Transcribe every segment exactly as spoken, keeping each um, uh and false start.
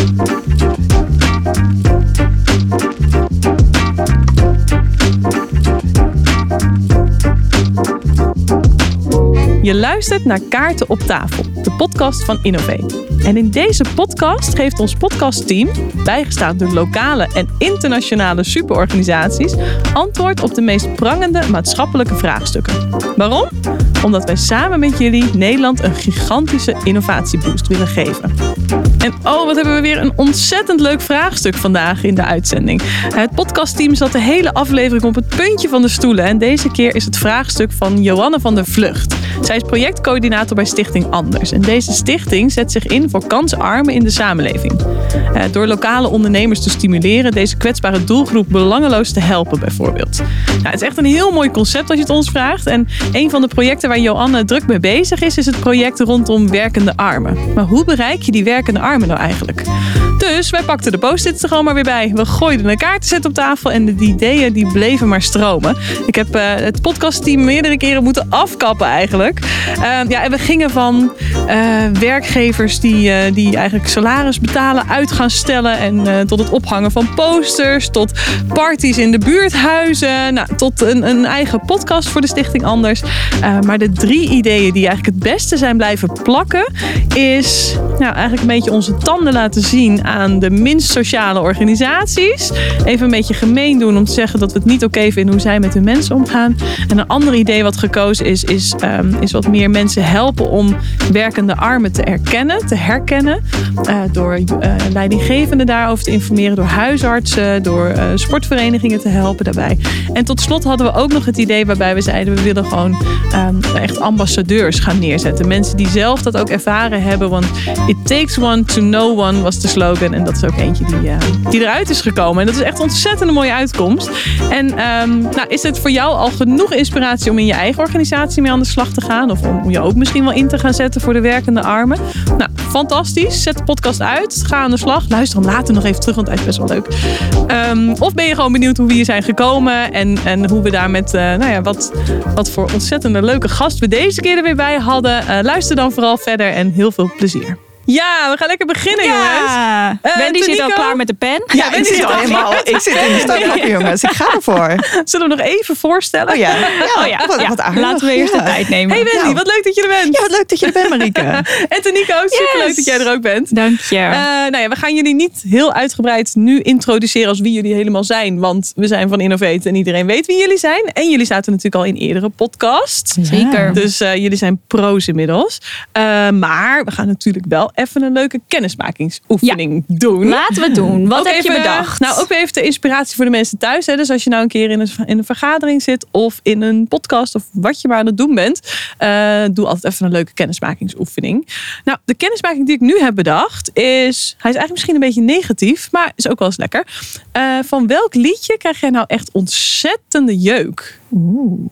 Je luistert naar Kaarten op tafel, de podcast van Innovate. En in deze podcast geeft ons podcastteam, bijgestaan door lokale en internationale superorganisaties, antwoord op de meest prangende maatschappelijke vraagstukken. Waarom? Omdat wij samen met jullie Nederland een gigantische innovatieboost willen geven. En oh, wat hebben we weer een ontzettend leuk vraagstuk vandaag in de uitzending. Het podcastteam zat de hele aflevering op het puntje van de stoelen. En deze keer is het vraagstuk van Joanne van der Vlucht. Zij is projectcoördinator bij Stichting Anders. En deze stichting zet zich in voor kansarmen in de samenleving. Uh, door lokale ondernemers te stimuleren deze kwetsbare doelgroep belangeloos te helpen bijvoorbeeld. Nou, het is echt een heel mooi concept als je het ons vraagt. En een van de projecten waar Joanne druk mee bezig is, is het project rondom werkende armen. Maar hoe bereik je die werkende armen nou eigenlijk? Dus wij pakten de post-its er gewoon maar weer bij. We gooiden een kaartenset op tafel en de ideeën die bleven maar stromen. Ik heb uh, het podcastteam meerdere keren moeten afkappen eigenlijk. Uh, ja, en we gingen van uh, werkgevers die, uh, die eigenlijk salaris betalen uit gaan stellen. En uh, tot het ophangen van posters. Tot parties in de buurthuizen. Nou, tot een, een eigen podcast voor de Stichting Anders. Uh, maar de drie ideeën die eigenlijk het beste zijn blijven plakken, is nou, eigenlijk een beetje onze tanden laten zien aan de minst sociale organisaties. Even een beetje gemeen doen om te zeggen dat we het niet oké vinden hoe zij met hun mensen omgaan. En een ander idee wat gekozen is, is, um, is wat meer mensen helpen om werkende armen te erkennen, te herkennen. Uh, door uh, leidinggevenden daarover te informeren, door huisartsen, door uh, sportverenigingen te helpen daarbij. En tot slot hadden we ook nog het idee waarbij we zeiden, we willen gewoon um, echt ambassadeurs gaan neerzetten. Mensen die zelf dat ook ervaren hebben, want it takes one to know one was de slogan. En dat is ook eentje die, uh, die eruit is gekomen. En dat is echt ontzettend een mooie uitkomst. En um, nou, is het voor jou al genoeg inspiratie om in je eigen organisatie mee aan de slag te gaan? Of om je ook misschien wel in te gaan zetten voor de werkende armen? Nou, fantastisch. Zet de podcast uit. Ga aan de slag. Luister hem later nog even terug, want hij is best wel leuk. Um, of ben je gewoon benieuwd hoe we hier zijn gekomen? En, en hoe we daar met, uh, nou ja, wat, wat voor ontzettend leuke gast we deze keer er weer bij hadden. Uh, luister dan vooral verder en heel veel plezier. Ja, we gaan lekker beginnen, ja. jongens. Uh, Wendy zit al klaar met de pen. Ja, ja ik, zit al helemaal, ik zit in de startblok, jongens. Ik ga ervoor. Zullen we nog even voorstellen? Oh ja, ja, oh ja. Wat, ja. wat aardig. Laten we eerst ja. de tijd nemen. Hey Wendy, nou. wat leuk dat je er bent. Ja, wat leuk dat je er bent, Marieke. En Tonico, superleuk yes. dat jij er ook bent. Dank je. Uh, nou ja, we gaan jullie niet heel uitgebreid nu introduceren als wie jullie helemaal zijn. Want we zijn van Innovate en iedereen weet wie jullie zijn. En jullie zaten natuurlijk al in eerdere podcasts. Ja. Zeker. Dus uh, jullie zijn pro's inmiddels. Uh, maar we gaan natuurlijk wel even een leuke kennismakingsoefening ja. doen. Laten we het doen. Wat ook heb even, je bedacht? Nou, ook even de inspiratie voor de mensen thuis. Hè. Dus als je nou een keer in een, in een vergadering zit of in een podcast of wat je maar aan het doen bent, uh, doe altijd even een leuke kennismakingsoefening. Nou, de kennismaking die ik nu heb bedacht is, hij is eigenlijk misschien een beetje negatief, maar is ook wel eens lekker. Uh, van welk liedje krijg jij nou echt ontzettende jeuk? Oeh.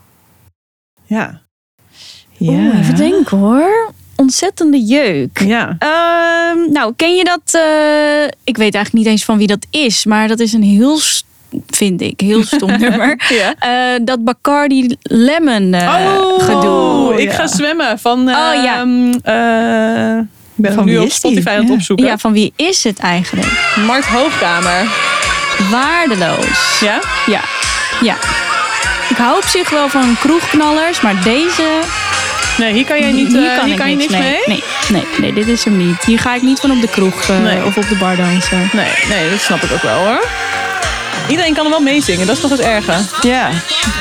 Ja. Ja. Oeh, even denken hoor. Ontzettende jeuk. Ja. Uh, nou, ken je dat? Uh, ik weet eigenlijk niet eens van wie dat is, maar dat is een heel, st- vind ik, heel stom nummer. Ja. Uh, dat Bacardi Lemon uh, oh, gedoe. Ik ja. ga zwemmen van. Uh, oh ja. Uh, ik ben van nu op Spotify aan het ja. opzoeken. Ja, van wie is het eigenlijk? Mart Hoogkamer. Waardeloos. Ja? Ja. Ja. Ik hou op zich wel van kroegknallers, maar deze. Nee, hier kan jij niet, hier kan, hier kan je niks mee? mee? Nee, nee, nee, dit is hem niet. Hier ga ik niet van op de kroeg uh, nee. of op de bar dansen. Nee, nee, dat snap ik ook wel hoor. Iedereen kan er wel meezingen, dat is nog eens erger. Ja.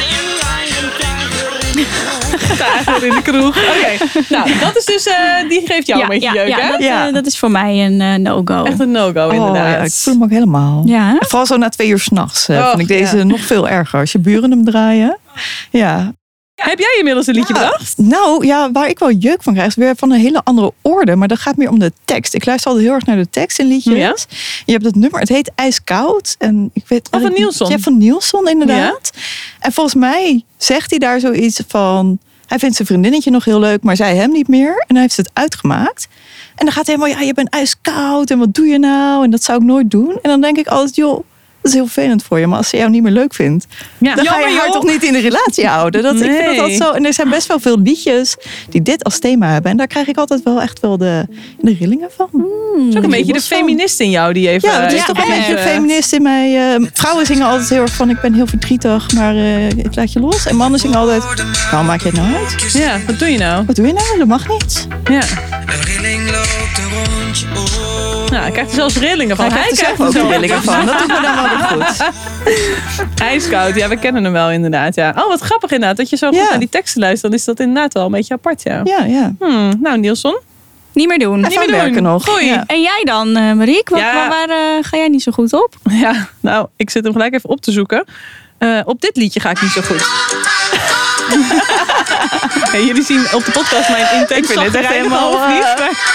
Tijger in de kroeg. Oké, okay. Nou, dat is dus, uh, die geeft jou ja, een beetje ja, jeuk, ja, hè? Dat, ja, uh, dat is voor mij een uh, no-go. Echt een no-go, oh, inderdaad. Ja, ik voel hem ook helemaal. Ja. Vooral zo na twee uur s'nachts uh, oh, vind ik deze ja. nog veel erger. Als je buren hem draaien. Ja. Heb jij inmiddels een liedje ja. bedacht? Nou ja, waar ik wel jeuk van krijg is weer van een hele andere orde. Maar dat gaat meer om de tekst. Ik luister altijd heel erg naar de tekst in liedjes. Ja? Je hebt het nummer, het heet IJskoud. En ik weet, oh, van Nielsen. Ja, van Nielsen inderdaad. Ja? En volgens mij zegt hij daar zoiets van, hij vindt zijn vriendinnetje nog heel leuk, maar zij hem niet meer. En hij heeft het uitgemaakt. En dan gaat hij helemaal, ja, je bent ijskoud en wat doe je nou? En dat zou ik nooit doen. En dan denk ik altijd, joh, Dat is heel vervelend voor je. Maar als ze jou niet meer leuk vindt, Ja. dan ga je Jammer, haar joh. toch niet in de relatie houden. Dat, Nee. Ik vind dat altijd zo. En er zijn best wel veel liedjes die dit als thema hebben. En daar krijg ik altijd wel echt wel de, de rillingen van. Het is ook een beetje de feminist in jou die even... Ja, het is uh, toch even, een beetje uh, feminist in mij. Uh, vrouwen zingen altijd heel erg van, ik ben heel verdrietig, maar uh, ik laat je los. En mannen zingen altijd, waarom maak je het nou uit? Ja, wat doe je nou? Wat doe je nou? Dat mag niet. Ja. Nou, hij krijgt er zelfs rillingen van. Hij krijgt er zelf ook zelf rillingen van. Dat doet me dan wel weer goed. IJskoud, ja, we kennen hem wel inderdaad. Ja. Oh, wat grappig inderdaad. Dat je zo goed Ja. naar die teksten luistert, dan is dat inderdaad wel een beetje apart, ja. Ja, ja. Hmm, nou, Nielson. Niet meer doen. Even aan werken nog. Goeie. Ja. En jij dan, uh, Marieke? Wat, Ja. waar waar uh, ga jij niet zo goed op? Ja, nou, ik zit hem gelijk even op te zoeken. Uh, op dit liedje ga ik niet zo goed. Hey, jullie zien op de podcast mijn intake. Ik vind het echt helemaal, of niet. uh, Maar...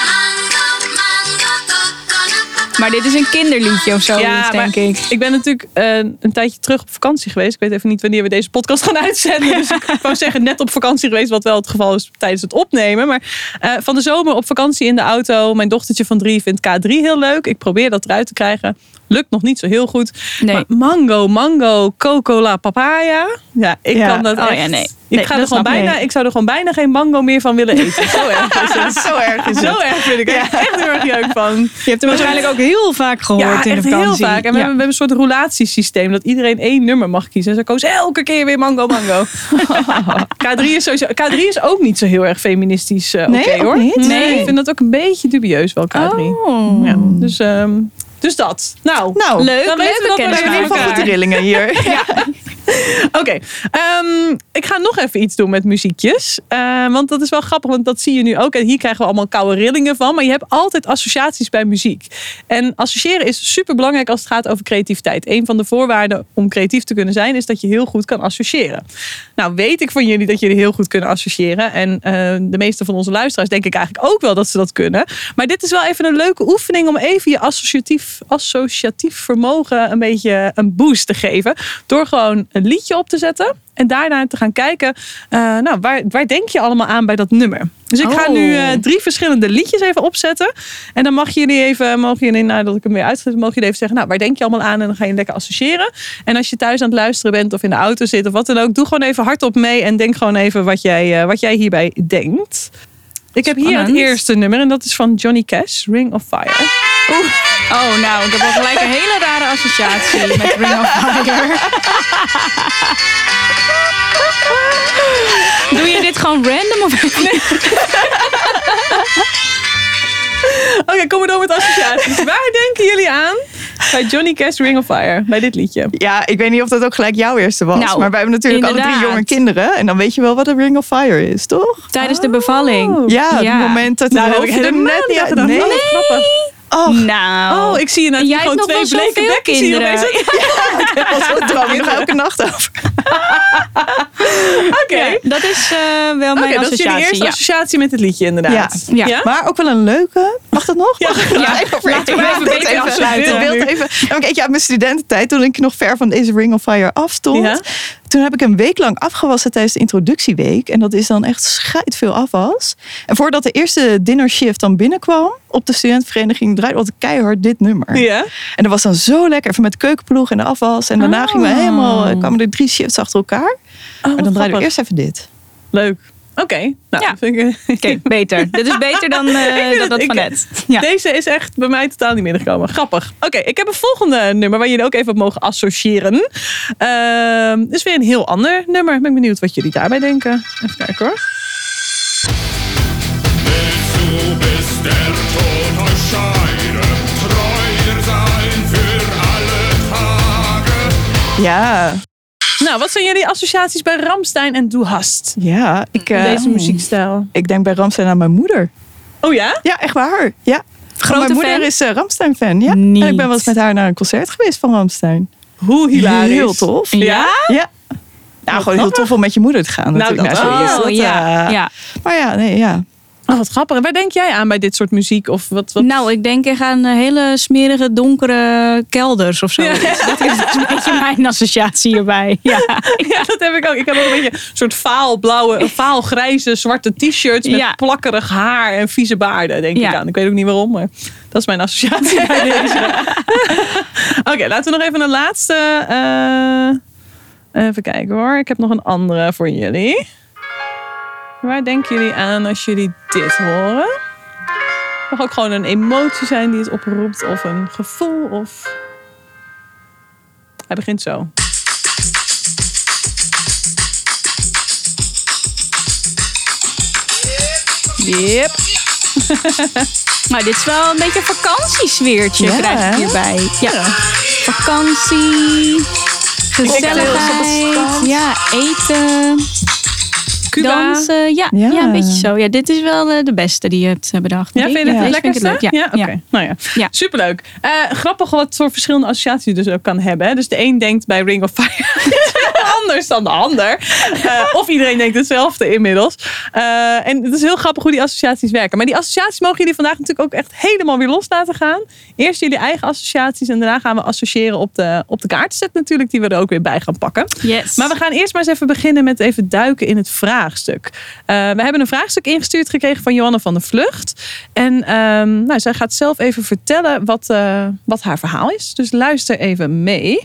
Maar dit is een kinderliedje of zoiets, Ja, denk maar ik. Ik ben natuurlijk uh, een tijdje terug op vakantie geweest. Ik weet even niet wanneer we deze podcast gaan uitzenden. Dus ik wou zeggen net op vakantie geweest. Wat wel het geval is tijdens het opnemen. Maar uh, van de zomer op vakantie in de auto. Mijn dochtertje van drie vindt K drie heel leuk. Ik probeer dat eruit te krijgen. Lukt nog niet zo heel goed. Nee. Maar mango, mango, coco la papaya. Ja, ik Ja. kan dat Oh echt. ja, nee. Ik, Nee, ga er dat gewoon snap ik. bijna, ik zou er gewoon bijna geen mango meer van willen eten. Zo erg is het. Zo erg is het. Zo erg vind ik er echt heel erg jeuk van. Je hebt hem waarschijnlijk ook heel vaak gehoord Ja, in de echt heel vakantie. vaak. En we, Ja. hebben, we hebben een soort roulatiesysteem. Dat iedereen één nummer mag kiezen. En ze koos elke keer weer mango, mango. K drie is sowieso, K drie is ook niet zo heel erg feministisch uh, oké Nee, ook hoor. niet? Nee, Nee. ik vind dat ook een beetje dubieus wel, K drie. Oh. Ja, dus, um, dus dat. Nou, Nou, Leuk, dan weten we dat we leuke we hebben in ieder geval elkaar. goed de rillingen hier. Oké, okay. um, ik ga nog even iets doen met muziekjes. Uh, want dat is wel grappig, want dat zie je nu ook. En hier krijgen we allemaal koude rillingen van. Maar je hebt altijd associaties bij muziek. En associëren is super belangrijk als het gaat over creativiteit. Een van de voorwaarden om creatief te kunnen zijn is dat je heel goed kan associëren. Nou weet ik van jullie dat jullie heel goed kunnen associëren. En uh, de meeste van onze luisteraars denk ik eigenlijk ook wel dat ze dat kunnen. Maar dit is wel even een leuke oefening om even je associatief, associatief vermogen een beetje een boost te geven. Door gewoon een liedje op te zetten. En daarna te gaan kijken, uh, nou, waar, waar denk je allemaal aan bij dat nummer? Dus ik ga Oh. nu uh, drie verschillende liedjes even opzetten. En dan mag jullie even, mogen jullie, nadat ik hem weer uitzet, mogen jullie even zeggen, nou, waar denk je allemaal aan? En dan ga je lekker associëren. En als je thuis aan het luisteren bent of in de auto zit of wat dan ook, doe gewoon even hardop mee en denk gewoon even wat jij, uh, wat jij hierbij denkt. Ik heb hier het Spannend. eerste nummer en dat is van Johnny Cash, Ring of Fire. Oeh. Oh, nou, ik heb wel gelijk een hele rare associatie met Ring of Fire. Doe je dit gewoon random of nee? Oké, okay, kom maar door met associaties. Waar denken jullie aan bij Johnny Cash, Ring of Fire? Bij dit liedje. Ja, ik weet niet of dat ook gelijk jouw eerste was. Nou, maar wij hebben natuurlijk alle inderdaad. drie jonge kinderen. En dan weet je wel wat een Ring of Fire is, toch? Tijdens de bevalling. Ja, het Ja. moment dat Nou, het daar heb ik hoofd er helemaal net niet aan uit. gedacht. Nee. Oh, wat grappig. Oh, Nou. Oh, ik zie je net Jij gewoon hebt nog twee wel bleke zoveel bekken zien kinderen. opeens. daar droom ik nog elke nacht over. Oké. Ja, dat is uh, wel Oké, mijn dat is jullie associatie. eerste Ja. associatie met het liedje inderdaad. Ja. Ja. Maar ook wel een leuke. Mag dat nog? Ja, Mag ik ja. even over- Laten we ik even wil beter even- afsluiten. Ik wil even. Ja, maar kijk, ja, mijn studententijd, toen ik nog ver van deze Ring of Fire afstond. Ja. Toen heb ik een week lang afgewassen tijdens de introductieweek. En dat is dan echt schijt veel afwas. En voordat de eerste dinnershift dan binnenkwam op de studentenvereniging, draaide altijd keihard dit nummer. Ja. En dat was dan zo lekker, even met de keukenploeg en de afwas. En daarna Oh. gingen we helemaal, eh, kwamen er drie shifts achter elkaar. Oh, maar dan draaiden we grappig. eerst even dit. Leuk. Oké. Okay. Nou, Ja. vind ik, Oké, beter. Dit is beter dan, uh, vind dan het- dat ik- van net. Ja. Deze is echt bij mij totaal niet binnengekomen. Grappig. Oké, okay, ik heb een volgende nummer waar jullie ook even op mogen associëren. Uh, dit is weer een heel ander nummer. Ik ben benieuwd wat jullie daarbij denken. Even kijken hoor. Du bist der Tod aus Scheide, treuer sein für alle Tage. Ja, Nou, wat zijn jullie associaties bij Rammstein en Du Hast? ja. Ik, uh, Deze muziekstijl. ik denk bij Rammstein aan mijn moeder. Oh ja? Ja, echt waar. Ja. Grote mijn moeder fan? is uh, Rammstein-fan. Ja. Niet. En ik ben wel eens met haar naar een concert geweest van Rammstein. Hoe hilarisch. Heel tof. Ja? Ja. Nou, gewoon heel tof om met je moeder te gaan. Nou, Natuurlijk, dat naar wel. zoiets. Oh, Dat, ja. uh, ja. Maar ja, nee, ja. Oh, wat grappig. Waar denk jij aan bij dit soort muziek? Of wat, wat? Nou, ik denk echt aan hele smerige, donkere kelders of zo. Ja. Dat is een beetje mijn associatie hierbij. Ja. ja, dat heb ik ook. Ik heb ook een beetje een soort vaalblauwe, vaalgrijze, zwarte t-shirts met ja. plakkerig haar en vieze baarden, denk ja. ik aan. Ik weet ook niet waarom, maar dat is mijn associatie bij deze. Oké, okay, laten we nog even een laatste... Uh, even kijken hoor. Ik heb nog een andere voor jullie. Waar denken jullie aan als jullie dit horen? Het mag ook gewoon een emotie zijn die het oproept. Of een gevoel. Of... Hij begint zo. Yep. Maar dit is wel een beetje een vakantiesfeertje, ja, krijg ik hierbij. Ja. ja. Vakantie, gezelligheid, ja, eten... Cuba. Dansen, ja, ja. ja, een beetje zo. Ja, dit is wel uh, de beste die je hebt uh, bedacht. Ja, vind je het ja, het lekkerste? Leuk. Ja, ja oké. Okay. Ja. Nou ja, ja. Superleuk. Uh, grappig wat voor verschillende associaties je dus ook kan hebben. Hè? Dus de een denkt bij Ring of Fire anders dan de ander. Uh, of iedereen denkt hetzelfde inmiddels. Uh, en het is heel grappig hoe die associaties werken. Maar die associaties mogen jullie vandaag natuurlijk ook echt helemaal weer los laten gaan. Eerst jullie eigen associaties en daarna gaan we associëren op de, op de kaartset natuurlijk, die we er ook weer bij gaan pakken. Yes. Maar we gaan eerst maar eens even beginnen met even duiken in het vraagstuk. Uh, we hebben een vraagstuk ingestuurd gekregen van Johanne van der Vlucht. En um, nou, zij gaat zelf even vertellen wat, uh, wat haar verhaal is. Dus luister even mee.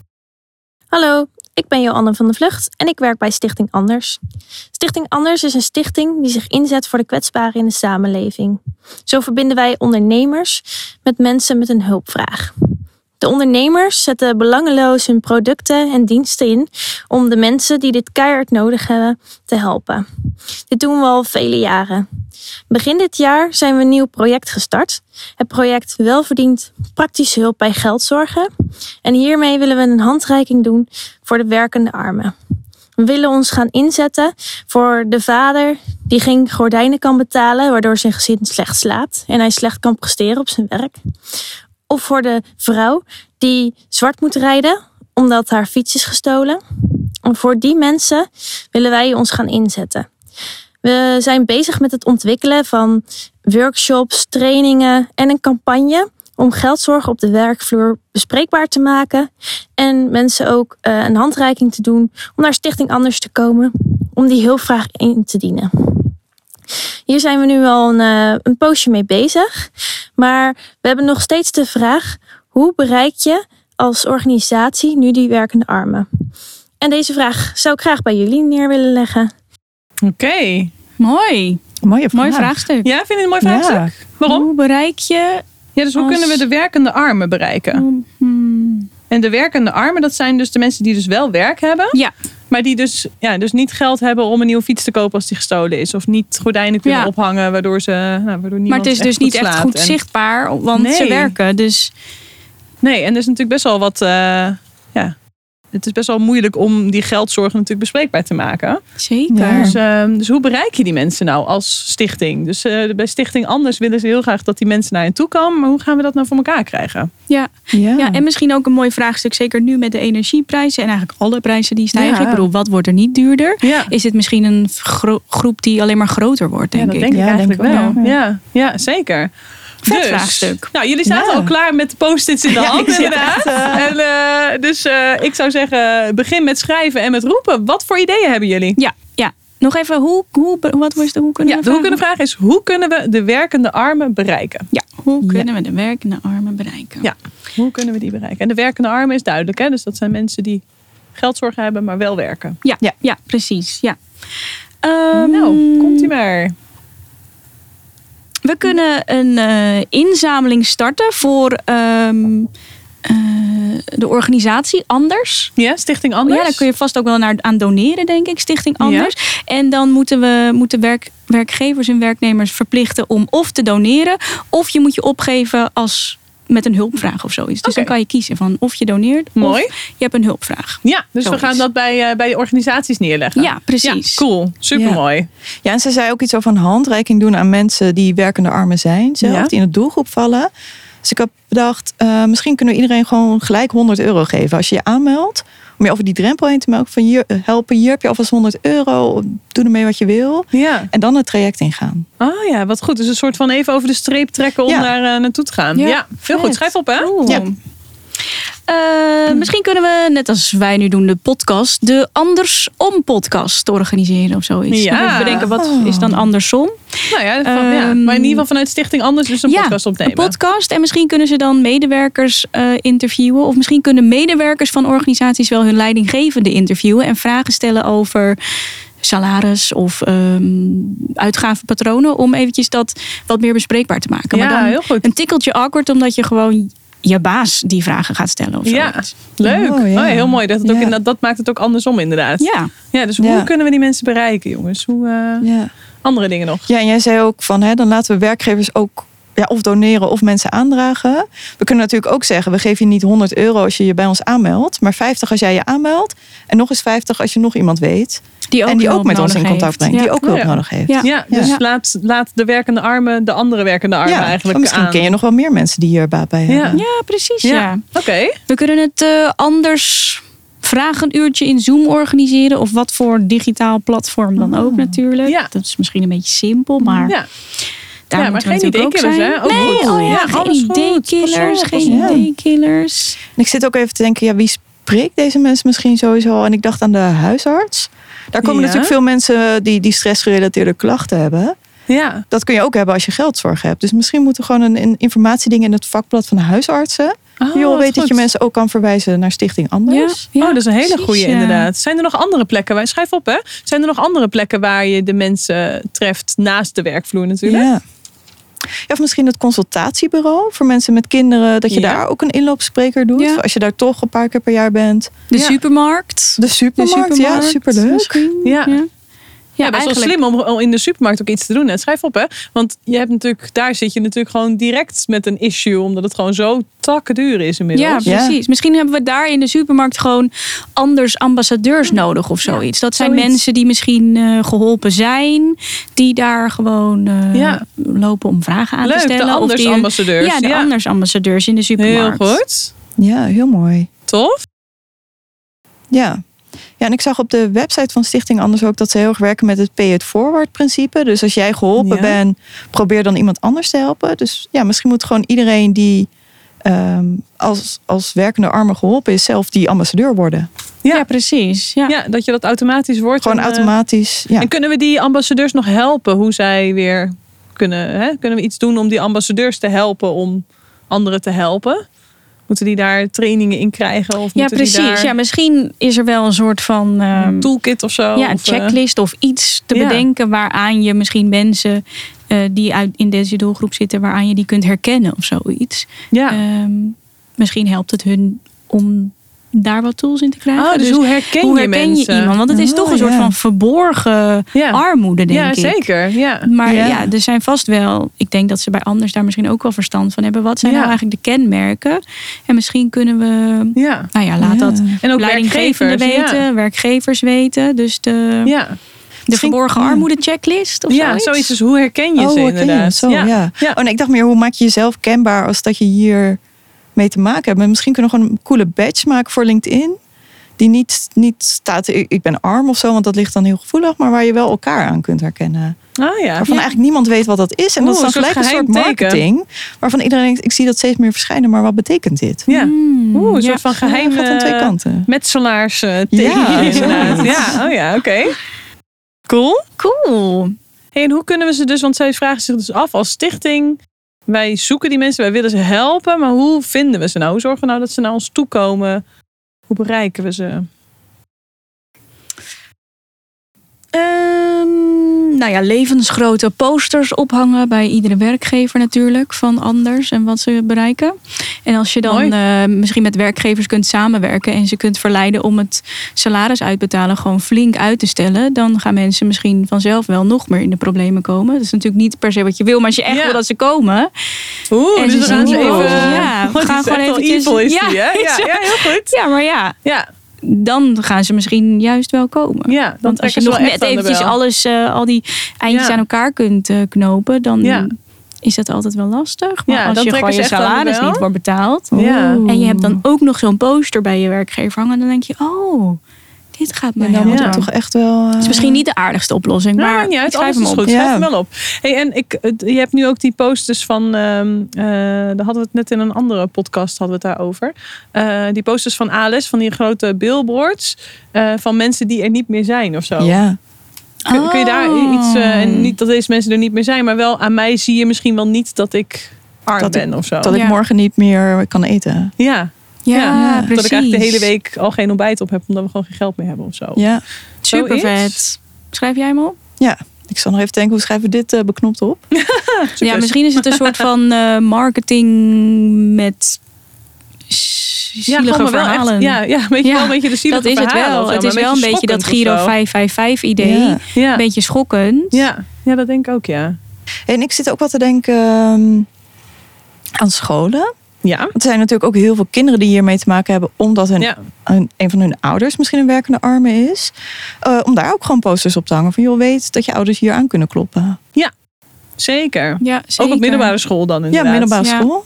Hallo, ik ben Johanne van der Vlucht en ik werk bij Stichting Anders. Stichting Anders is een stichting die zich inzet voor de kwetsbaren in de samenleving. Zo verbinden wij ondernemers met mensen met een hulpvraag. De ondernemers zetten belangeloos hun producten en diensten in om de mensen die dit keihard nodig hebben te helpen. Dit doen we al vele jaren. Begin dit jaar zijn we een nieuw project gestart. Het project Welverdiend Praktische Hulp bij Geldzorgen. En hiermee willen we een handreiking doen voor de werkende armen. We willen ons gaan inzetten voor de vader die geen gordijnen kan betalen, waardoor zijn gezin slecht slaapt en hij slecht kan presteren op zijn werk. Of voor de vrouw die zwart moet rijden omdat haar fiets is gestolen. En voor die mensen willen wij ons gaan inzetten. We zijn bezig met het ontwikkelen van workshops, trainingen en een campagne om geldzorgen op de werkvloer bespreekbaar te maken. En mensen ook uh, een handreiking te doen om naar Stichting Anders te komen om die hulpvraag in te dienen. Hier zijn we nu al een, uh, een poosje mee bezig. Maar we hebben nog steeds de vraag: hoe bereik je als organisatie nu die werkende armen? En deze vraag zou ik graag bij jullie neer willen leggen. Oké. Okay. Mooi. Mooie vraag. Mooi vraagstuk. Ja, vind je het een mooi vraagstuk? Ja. Waarom? Hoe bereik je... Ja, dus hoe als... kunnen we de werkende armen bereiken? Hmm. En de werkende armen, dat zijn dus de mensen die dus wel werk hebben. Ja. Maar die dus, ja, dus niet geld hebben om een nieuwe fiets te kopen als die gestolen is. Of niet gordijnen kunnen ja. ophangen, waardoor ze nou, waardoor niemand Maar het is dus niet echt goed en... zichtbaar, want nee. ze werken. Dus... Nee, en er is natuurlijk best wel wat... Uh, ja, het is best wel moeilijk om die geldzorgen natuurlijk bespreekbaar te maken. Zeker. Ja. Dus, uh, dus hoe bereik je die mensen nou als stichting? Dus uh, bij Stichting Anders willen ze heel graag dat die mensen naar hen toe komen. Maar hoe gaan we dat nou voor elkaar krijgen? Ja, ja. ja en misschien ook een mooi vraagstuk. Zeker nu met de energieprijzen en eigenlijk alle prijzen die stijgen. Ja. Ik bedoel, wat wordt er niet duurder? Ja. Is het misschien een gro- groep die alleen maar groter wordt, denk ja, dat ik. denk ik ja, eigenlijk denk wel. wel. Ja, ja zeker. Vet dus, vraagstuk. Nou, jullie zaten ja. al klaar met de post-its in de hand, ja, inderdaad. En, uh, dus uh, ik zou zeggen, begin met schrijven en met roepen. Wat voor ideeën hebben jullie? Ja, ja. Nog even, hoe, hoe, wat was de hoe kunnen ja, we de hoe kunnen vraag is, hoe kunnen we de werkende armen bereiken? Ja, hoe kunnen ja. we de werkende armen bereiken? Ja, hoe kunnen we die bereiken? En de werkende armen is duidelijk, hè? Dus dat zijn mensen die geldzorgen hebben, maar wel werken. Ja, ja. ja precies. Ja. Um, nou, komt ie maar. We kunnen een uh, inzameling starten voor um, uh, de organisatie Anders. Ja, Stichting Anders. Ja, daar kun je vast ook wel naar, aan doneren, denk ik, Stichting Anders. Ja. En dan moeten we moeten werk, werkgevers en werknemers verplichten om of te doneren, of je moet je opgeven als met een hulpvraag of zoiets. Dus okay. dan kan je kiezen van of je doneert Mooi. of je hebt een hulpvraag. Ja, dus zoiets. we gaan dat bij, uh, bij de organisaties neerleggen. Ja, precies. Ja, cool, supermooi. Ja. ja, en ze zei ook iets over een handreiking doen aan mensen die werkende armen zijn. Zelf, ja. die in de doelgroep vallen. Dus ik heb bedacht, uh, misschien kunnen we iedereen gewoon gelijk honderd euro geven. Als je je aanmeldt, om je over die drempel heen te melken. Van hier, helpen, hier heb je alvast honderd euro. Doe ermee wat je wil. Ja. En dan het traject ingaan. Oh ja, wat goed. Dus een soort van even over de streep trekken om Ja. daar uh, naartoe te gaan. Ja, Ja, veel vet. goed. Schrijf op, hè? Cool. Ja. Uh, misschien kunnen we, net als wij nu doen, de podcast, de Andersom podcast organiseren of zoiets. Ja. Dan even bedenken, wat Oh. is dan andersom? Nou ja, van, ja, Ehm, maar in ieder geval vanuit Stichting Anders dus een ja, podcast opnemen. een podcast. En misschien kunnen ze dan medewerkers uh, interviewen. Of misschien kunnen medewerkers van organisaties wel hun leidinggevende interviewen. En vragen stellen over salaris of um, uitgavenpatronen. Om eventjes dat wat meer bespreekbaar te maken. Ja, maar dan heel goed. een tikkeltje awkward, omdat je gewoon je baas die vragen gaat stellen. Of Ja, zoiets. leuk. Oh, ja. Oh, heel mooi. Dat, het ook Ja. in, dat, dat maakt het ook andersom inderdaad. Ja. Ja, dus hoe Ja. kunnen we die mensen bereiken, jongens? Hoe, uh, Ja. andere dingen nog? Ja, en jij zei ook van, hè, dan laten we werkgevers ook ja, of doneren of mensen aandragen. We kunnen natuurlijk ook zeggen, we geven je niet honderd euro als je je bij ons aanmeldt. Maar vijftig als jij je aanmeldt. En nog eens vijftig als je nog iemand weet. Die ook en die ook hulp met ons in nodig contact heeft. brengt. Die Ja. ook Oh, hulp ja. nodig heeft. Ja. Ja, dus Ja. Laat, laat de werkende armen de andere werkende armen Ja, eigenlijk maar misschien aan. ken je nog wel meer mensen die hier baat bij Ja. hebben. Ja, precies. Ja. Ja, oké. We kunnen het uh, anders vragenuurtje in Zoom organiseren. Of wat voor digitaal platform dan ook natuurlijk. Ja. Dat is misschien een beetje simpel, maar Ja. daar Ja, maar moeten we geen natuurlijk ook idee-killers, zijn. hè? Ook nee, goed. oh ja, Ja, geen alles goed. idee-killers, Pas op, geen pas op. idee-killers. En ik zit ook even te denken, ja, wie spreekt deze mensen misschien sowieso al? En ik dacht aan de huisarts. Daar komen Ja. natuurlijk veel mensen die, die stressgerelateerde klachten hebben. Ja. Dat kun je ook hebben als je geldzorg hebt. Dus misschien moet er gewoon een, een informatieding in het vakblad van de huisartsen. Oh, die al wat weet dat goed. je mensen ook kan verwijzen naar Stichting Anders. Ja, Oh, dat is een hele precies, goede ja. inderdaad. Zijn er nog andere plekken waar, schrijf op hè, zijn er nog andere plekken waar je de mensen treft naast de werkvloer natuurlijk? Ja. Ja, of misschien het consultatiebureau voor mensen met kinderen. Dat je Ja. daar ook een inloopspreker doet. Ja. Als je daar toch een paar keer per jaar bent. De Ja. supermarkt. De supermarkt, De ja, superleuk. misschien. Ja. Ja. Ja, best wel slim om, om in de supermarkt ook iets te doen. En schrijf op hè, want je hebt natuurlijk, daar zit je natuurlijk gewoon direct met een issue, omdat het gewoon zo takken duur is Ja, inmiddels. Ja. precies. Misschien hebben we daar in de supermarkt gewoon anders ambassadeurs nodig of zoiets. Dat zijn zoiets. mensen die misschien uh, geholpen zijn, die daar gewoon uh, Ja. lopen om vragen aan Leuk, te stellen. de of anders die, ambassadeurs. Ja, de Ja. anders ambassadeurs in de Heel supermarkt. goed. Ja, heel mooi. Tof. Ja. Ja, en ik zag op de website van Stichting Anders ook dat ze heel erg werken met het pay it forward principe. Dus als jij geholpen Ja. bent, probeer dan iemand anders te helpen. Dus ja, misschien moet gewoon iedereen die um, als, als werkende arme geholpen is, zelf die ambassadeur worden. Ja, Ja. precies. Ja. Ja, dat je dat automatisch wordt. Gewoon en, uh, automatisch. Ja. En kunnen we die ambassadeurs nog helpen? Hoe zij weer kunnen, hè? Kunnen we iets doen om die ambassadeurs te helpen om anderen te helpen? Moeten die daar trainingen in krijgen? Of Ja, moeten die precies. daar Ja, misschien is er wel een soort van een um, toolkit of zo? ja, een Of, uh, checklist of iets te ja. bedenken waaraan je misschien mensen uh, die uit in deze doelgroep zitten, waaraan je die kunt herkennen of zoiets. ja. Um, misschien helpt het hun om daar wat tools in te krijgen. Oh, dus hoe herken hoe je herken mensen? je iemand? Want het is Oh, toch een soort ja. van verborgen Ja. armoede, denk Ja, ik. zeker. Ja. Maar ja. Ja. er zijn vast wel, ik denk dat ze bij Anders daar misschien ook wel verstand van hebben. Wat zijn Ja. nou eigenlijk de kenmerken? En misschien kunnen we, Ja. nou ja, laat Ja. dat En ook leidinggevende werkgevers. weten, werkgevers weten. Dus de, Ja. de Misschien- verborgen ja. armoede checklist of Ja, zoiets. zoiets. Dus hoe herken je Oh, ze herken je inderdaad? het zo, ja. ja. Ja. Oh, nee, ik dacht meer, hoe maak je jezelf kenbaar als dat je hier mee te maken hebt? En misschien kunnen we gewoon een coole badge maken voor LinkedIn. Die niet, niet staat, ik, ik ben arm of zo, want dat ligt dan heel gevoelig. Maar waar je wel elkaar aan kunt herkennen. Oh ja. Waarvan Ja. eigenlijk niemand weet wat dat is. En dat Oeh, is dan een soort gelijk een soort geheim teken. marketing. Waarvan iedereen denkt, ik zie dat steeds meer verschijnen. Maar wat betekent dit? Ja. Hmm, Oeh, een ja. soort van geheim Ja, gaat aan twee kanten. metselaars uh, Ja. tegen inderdaad. Ja, oh ja, oké. Cool. Cool. Hey, en hoe kunnen we ze dus, want zij vragen zich dus af als stichting. Wij zoeken die mensen, wij willen ze helpen. Maar hoe vinden we ze nou? Hoe zorgen we nou dat ze naar ons toe komen? Hoe bereiken we ze? Um, nou ja, levensgrote posters ophangen bij iedere werkgever natuurlijk van Anders en wat ze bereiken. En als je dan uh, misschien met werkgevers kunt samenwerken en ze kunt verleiden om het salaris uitbetalen gewoon flink uit te stellen, dan gaan mensen misschien vanzelf wel nog meer in de problemen komen. Dat is natuurlijk niet per se wat je wil, maar als je echt Ja. wil dat ze komen. Oeh, En dus ze we gaan zien ze die even... poster. Ja, we Oh, die gaan is gewoon echt wel eventjes- evil is Ja, die, hè? Ja, is- ja, heel goed. Ja, maar ja, Ja, dan gaan ze misschien juist wel komen. ja dan Want als je trekken ze nog wel net echt aan de eventjes bel. alles, uh, al die eindjes Ja. aan elkaar kunt uh, knopen, dan Ja. is dat altijd wel lastig. Maar Ja, als dan je trekken gewoon je ze echt aan de salaris bel. niet wordt betaald. Ja. En je hebt dan ook nog zo'n poster bij je werkgever hangen. Dan denk je, oh, dit gaat mij En dan moet Ja. het toch echt wel... uh, Het is misschien niet de aardigste oplossing, Nou, maar maakt niet uit. ik schrijf Alles hem is op. goed. Ja. Schrijf hem wel op. Hey, en ik, het- je hebt nu ook die posters van... ehm eh, daar hadden we het net in een andere podcast hadden we het daarover. Eh, die posters van A L S, van die grote billboards. eh, van mensen die er niet meer zijn of zo. Ja. Kun, kun je daar Oh. iets... eh, en niet dat deze mensen er niet meer zijn. Maar wel aan mij zie je misschien wel niet dat ik arm Dat ik- ben of zo. Dat ik Ja. morgen niet meer kan eten. Ja. Ja, Ja, precies. dat ik eigenlijk de hele week al geen ontbijt op heb. Omdat we gewoon geen geld meer hebben of zo. Ja. Super Zoiets. vet. Schrijf jij hem op? Ja. Ik zal nog even denken, hoe schrijven we dit uh, beknopt op? Ja, misschien is het een soort van uh, marketing met zielige gewoon wel verhalen. echt, ja, ja, weet je Ja, wel, een beetje de zielige dat is het verhalen wel. of zo, Het maar is wel een beetje dat schokkend Giro of zo. vijf vijf vijf idee. Ja. Ja. Een beetje schokkend. Ja. ja, dat denk ik ook, ja. En ik zit ook wel te denken um, aan scholen. Ja, Want er zijn natuurlijk ook heel veel kinderen die hiermee te maken hebben, omdat hun, ja. een, een van hun ouders misschien een werkende arme is. Uh, om daar ook gewoon posters op te hangen. Van joh, weet dat je ouders hier aan kunnen kloppen. zeker. Ja, zeker. Ook op middelbare school dan inderdaad. Ja, middelbare Ja. school.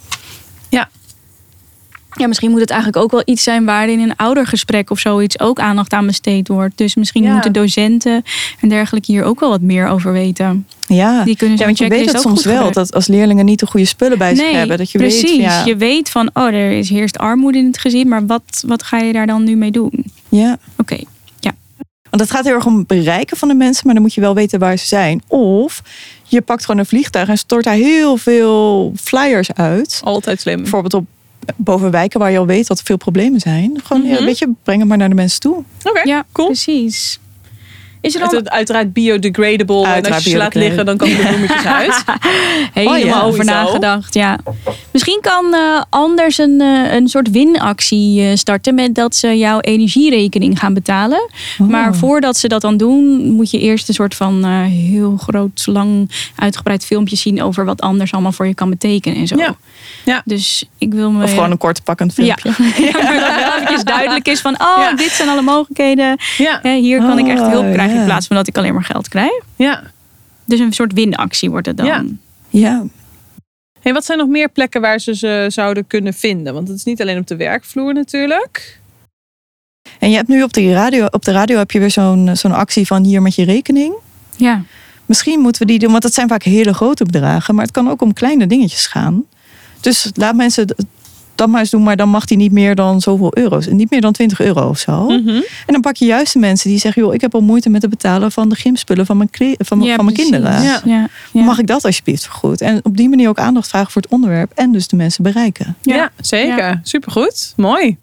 Ja, misschien moet het eigenlijk ook wel iets zijn waar in een oudergesprek of zoiets ook aandacht aan besteed wordt. Dus misschien Ja. moeten docenten en dergelijke hier ook wel wat meer over weten. Ja, Die kunnen ja zo'n want je weet checklist het ook soms goed wel. gebruiken. Dat als leerlingen niet de goede spullen bij zich hebben. Dat je precies. weet, van, ja, Je weet van, oh, er is, heerst armoede in het gezin. Maar wat, wat ga je daar dan nu mee doen? ja. Oké. Want het gaat heel erg om het bereiken van de mensen, maar dan moet je wel weten waar ze zijn. Of je pakt gewoon een vliegtuig en stort daar heel veel flyers uit. Altijd slim. Bijvoorbeeld op boven wijken waar je al weet dat er veel problemen zijn. Gewoon, Mhm. ja, weet je, breng het maar naar de mensen toe. Oké, Ja, cool. precies. Is er Het dan is uiteraard biodegradable. en Uiteraard als je ze laat biodegradable. liggen, dan komen de bloemetjes uit. helemaal Oh ja, over sowieso. nagedacht? Ja. Misschien kan eh, Anders een, eh, een soort winactie eh, starten met dat ze jouw energierekening gaan betalen. Oh. Maar voordat ze dat dan doen, moet je eerst een soort van eh, heel groot, lang uitgebreid filmpje zien over wat Anders allemaal voor je kan betekenen en zo. Ja. Ja. Dus ik wil me. Of gewoon een kort pakkend ja. filmpje. ja, maar dat wel eventjes duidelijk is van, oh, Ja. dit zijn alle mogelijkheden. Ja, Hè, hier kan ik echt hulp Oh, krijgen ja. in plaats van dat ik alleen maar geld krijg. ja. Dus een soort winactie wordt het dan. Ja. Ja. Hey, wat zijn nog meer plekken waar ze ze zouden kunnen vinden? Want het is niet alleen op de werkvloer natuurlijk. En je hebt nu op de radio, op de radio heb je weer zo'n zo'n actie van hier met je rekening. Ja. Misschien moeten we die doen, want dat zijn vaak hele grote bedragen. Maar het kan ook om kleine dingetjes gaan. Dus laat mensen d- dat maar eens doen, maar dan mag die niet meer dan zoveel euro's. En niet meer dan twintig euro of zo. Mhm. En dan pak je juist de mensen die zeggen, joh, ik heb al moeite met het betalen van de gymspullen van mijn, kle- van, mijn- Ja, van mijn precies. kinderen. Ja. Ja. Ja. Mag ik dat alsjeblieft vergoed? En op die manier ook aandacht vragen voor het onderwerp en dus de mensen bereiken. Ja, Ja. zeker. Ja. Supergoed. Mooi.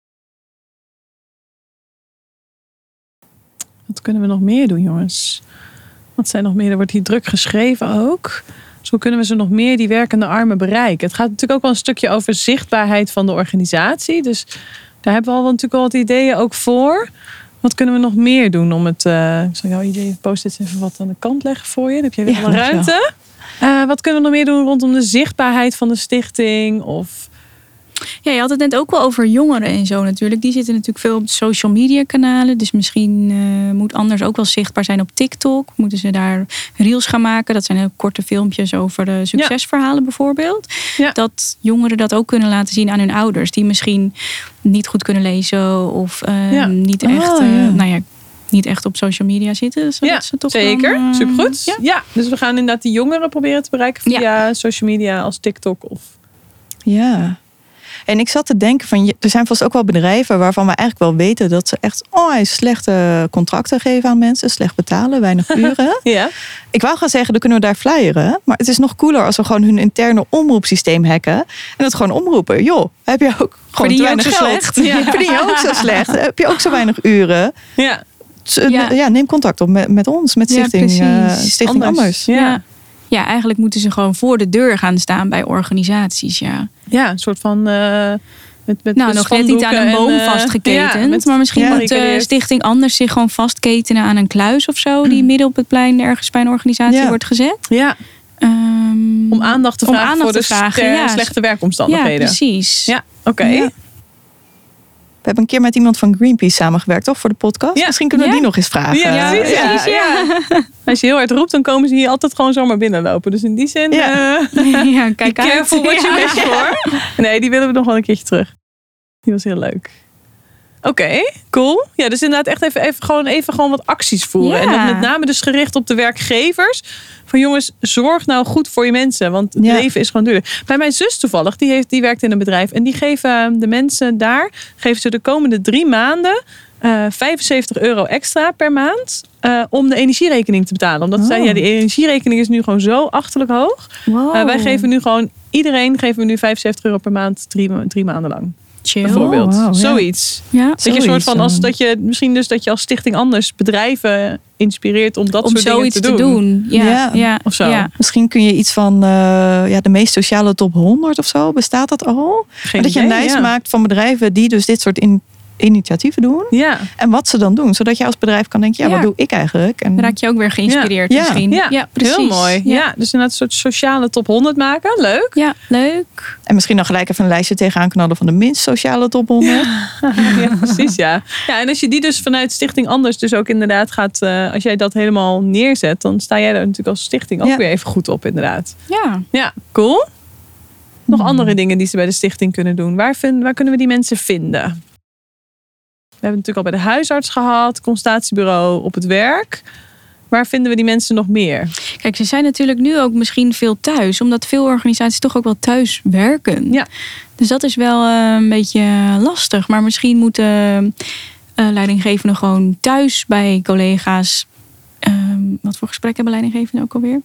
Wat kunnen we nog meer doen, jongens? Wat zijn nog meer? Er wordt hier druk geschreven ook. Dus hoe kunnen we ze nog meer, die werkende armen, bereiken? Het gaat natuurlijk ook wel een stukje over zichtbaarheid van de organisatie. Dus daar hebben we al wel natuurlijk al wat ideeën ook voor. Wat kunnen we nog meer doen om het... Uh, ik zal jouw idee post-its even wat aan de kant leggen voor je. Dan heb je weer Ja, alle ruimte. Uh, wat kunnen we nog meer doen rondom de zichtbaarheid van de stichting? Of... Ja, je had het net ook wel over jongeren en zo natuurlijk. Die zitten natuurlijk veel op de social media kanalen. Dus misschien uh, moet Anders ook wel zichtbaar zijn op TikTok. Moeten ze daar reels gaan maken. Dat zijn heel korte filmpjes over de succesverhalen ja. bijvoorbeeld. Ja. Dat jongeren dat ook kunnen laten zien aan hun ouders. Die misschien niet goed kunnen lezen. Of uh, ja. niet echt... Oh, uh, ja. nou ja, niet echt op social media zitten. Ja, ze toch zeker. Dan, uh, supergoed. Ja. ja, dus we gaan inderdaad die jongeren proberen te bereiken via ja. social media als TikTok. Of... Ja. En ik zat te denken van, er zijn vast ook wel bedrijven waarvan we eigenlijk wel weten dat ze echt oh, slechte contracten geven aan mensen, slecht betalen, weinig uren. ja. Ik wou gaan zeggen, dan kunnen we daar flyeren. Maar het is nog cooler als we gewoon hun interne omroepsysteem hacken. En dat gewoon omroepen. Joh, heb je ook gewoon Verdien te je ook weinig zo geld? slecht? Ja. Verdien je ook zo slecht? Heb je ook zo weinig uren? Ja. Ja, ja neem contact op met, met ons, met Stichting, ja, uh, Stichting Anders. Anders. Ja. Ja. ja, eigenlijk moeten ze gewoon voor de deur gaan staan bij organisaties. Ja, ja een soort van... Uh... Met, met nou, nog net niet aan een boom en, uh, vastgeketend. Ja, met, maar misschien ja, moet uh, Stichting Anders zich gewoon vastketenen aan een kluis of zo. Die midden op het plein ergens bij een organisatie ja. wordt gezet. Ja. Um, om aandacht te vragen aandacht voor te de vragen, ster, ja. slechte werkomstandigheden. Ja, precies. Ja, oké. Okay. Ja. We hebben een keer met iemand van Greenpeace samengewerkt, toch? Voor de podcast. Ja. Misschien kunnen we Ja. die nog eens vragen. Ja, precies. Ja, precies, ja. Als je heel hard roept, dan komen ze hier altijd gewoon zomaar binnenlopen. Dus in die zin, Ja. eh, ja, kijk be uit. careful what you Ja. wish for. Nee, die willen we nog wel een keertje terug. Die was heel leuk. Oké, okay, cool. Ja, dus inderdaad echt even, even, gewoon, even gewoon wat acties voeren. Ja. En dat met name dus gericht op de werkgevers. Van jongens, zorg nou goed voor je mensen. Want het Ja. leven is gewoon duurder. Bij mijn zus toevallig, die, heeft, die werkt in een bedrijf. En die geven de mensen daar, geven ze de komende drie maanden... Uh, vijfenzeventig euro extra per maand uh, om de energierekening te betalen. Omdat ze Oh. zeiden, ja, die energierekening is nu gewoon zo achterlijk hoog. Wow. Uh, wij geven nu gewoon, iedereen geven we nu vijfenzeventig euro per maand, drie, ma- drie maanden lang. Chill. Bijvoorbeeld. Oh, wow, ja. Zoiets. Ja. Dat je een soort Zoiets van, als, dan. dat je misschien dus dat je als Stichting Anders bedrijven inspireert om dat Om soort dingen zoiets te te doen. doen. Ja. Ja. Ja. Of zo. Ja. Misschien kun je iets van uh, ja, de meest sociale top honderd of zo. Bestaat dat al? Geen dat je een idee, lijst ja. maakt van bedrijven die dus dit soort in, initiatieven doen. Ja. En wat ze dan doen. Zodat je als bedrijf kan denken, ja, Ja. wat doe ik eigenlijk? En Dan raak je ook weer geïnspireerd Ja. misschien. Ja. precies. Heel mooi. Ja. Ja. Dus inderdaad een soort sociale top honderd maken. Leuk. Ja, leuk. En misschien dan gelijk even een lijstje tegenaan knallen van de minst sociale top honderd. Ja, precies, ja. Ja, en als je die dus vanuit Stichting Anders dus ook inderdaad gaat... Uh, als jij dat helemaal neerzet, dan sta jij daar natuurlijk als stichting ook Ja. weer even goed op, inderdaad. Ja. Ja, cool. Nog Hmm. andere dingen die ze bij de stichting kunnen doen. Waar, vind, waar kunnen we die mensen vinden? We hebben het natuurlijk al bij de huisarts gehad, consultatiebureau, op het werk. Waar vinden we die mensen nog meer? Kijk, ze zijn natuurlijk nu ook misschien veel thuis. Omdat veel organisaties toch ook wel thuis werken. Ja. Dus dat is wel uh, een beetje lastig. Maar misschien moeten uh, leidinggevenden gewoon thuis bij collega's... Uh, wat voor gesprek hebben leidinggevenden ook alweer?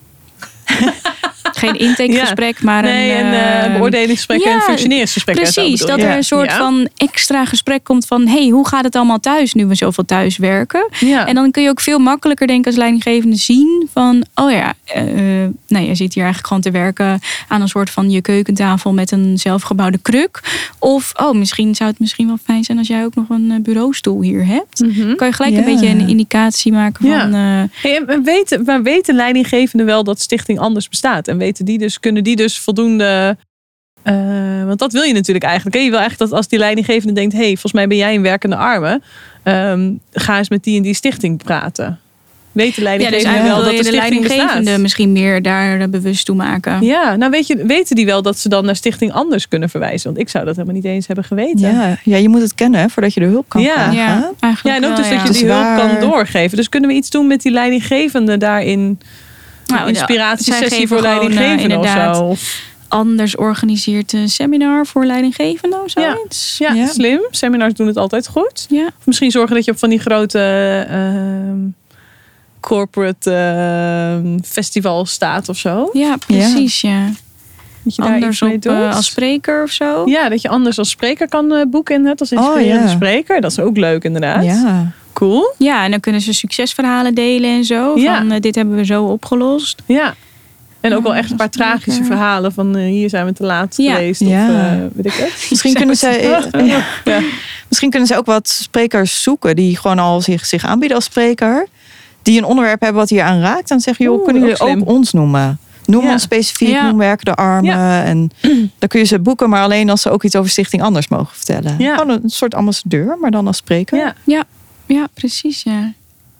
Geen intakegesprek, ja. maar nee, een... een uh, beoordelingsgesprek ja, en functioneringsgesprek. Precies, dat er ja. een soort ja. van extra gesprek komt van... hey, hoe gaat het allemaal thuis nu we zoveel thuis werken? Ja. En dan kun je ook veel makkelijker denk ik als leidinggevende zien van... oh ja, uh, nee, je zit hier eigenlijk gewoon te werken aan een soort van je keukentafel... met een zelfgebouwde kruk. Of, oh, misschien zou het misschien wel fijn zijn als jij ook nog een bureaustoel hier hebt. Mm-hmm. Dan kan je gelijk Ja. een beetje een indicatie maken van... Ja. Uh, hey, en weten, maar weten leidinggevenden wel dat Stichting Anders bestaat? En weten die dus, kunnen die dus voldoende... Uh, want dat wil je natuurlijk eigenlijk. Hè? Je wil eigenlijk dat als die leidinggevende denkt... hé, hey, volgens mij ben jij een werkende arme. Um, ga eens met die en die stichting praten. Weten leidinggevenden ja, dus wel dat de, de stichting leidinggevende bestaat? misschien meer daar bewust toe maken. Ja, nou weet je, weten die wel dat ze dan naar Stichting Anders kunnen verwijzen? Want ik zou dat helemaal niet eens hebben geweten. Ja, ja, je moet het kennen hè, voordat je de hulp kan Ja. vragen. Ja, eigenlijk Ja, en ook dus wel, dat ja. je die Dus hulp waar- kan doorgeven. Dus kunnen we iets doen met die leidinggevende daarin? Nou, Een inspiratiesessie zij geven voor gewoon, leidinggevenden uh, of inderdaad zo? Of- Anders organiseert een seminar voor leidinggevenden of zoiets. Ja, Ja. slim. Seminars doen het altijd goed. Ja. Of misschien zorgen dat je op van die grote uh, corporate uh, festivals staat of zo. Ja, precies. Ja. Dat je daar Anders iets mee op, doet. uh, als spreker of zo. Ja, dat je anders als spreker kan uh, boeken inderdaad. Als inspirerende Oh, ja. spreker. Dat is ook leuk inderdaad. Ja. Cool. Ja, en dan kunnen ze succesverhalen delen en zo. Ja. Van uh, dit hebben we zo opgelost. Ja. En ook wel Ja, echt een dat paar is tragische leuk, uh, verhalen van uh, hier zijn we te laat Ja. geweest. Ja. Of uh, weet ik het. Misschien kunnen ze, Ja. misschien kunnen ze ook wat sprekers zoeken die gewoon al zich, zich aanbieden als spreker. Die een onderwerp hebben wat hier aan raakt. Dan zeggen joh, Oeh, kunnen jullie ook slim. ook ons noemen? Noem Ja. ons specifiek, Ja. noem werkende armen. Ja. En dan kun je ze boeken, maar alleen als ze ook iets over Stichting Anders mogen vertellen. Ja. Gewoon een soort ambassadeur, maar dan als spreker. Ja. Ja, ja precies. Ja.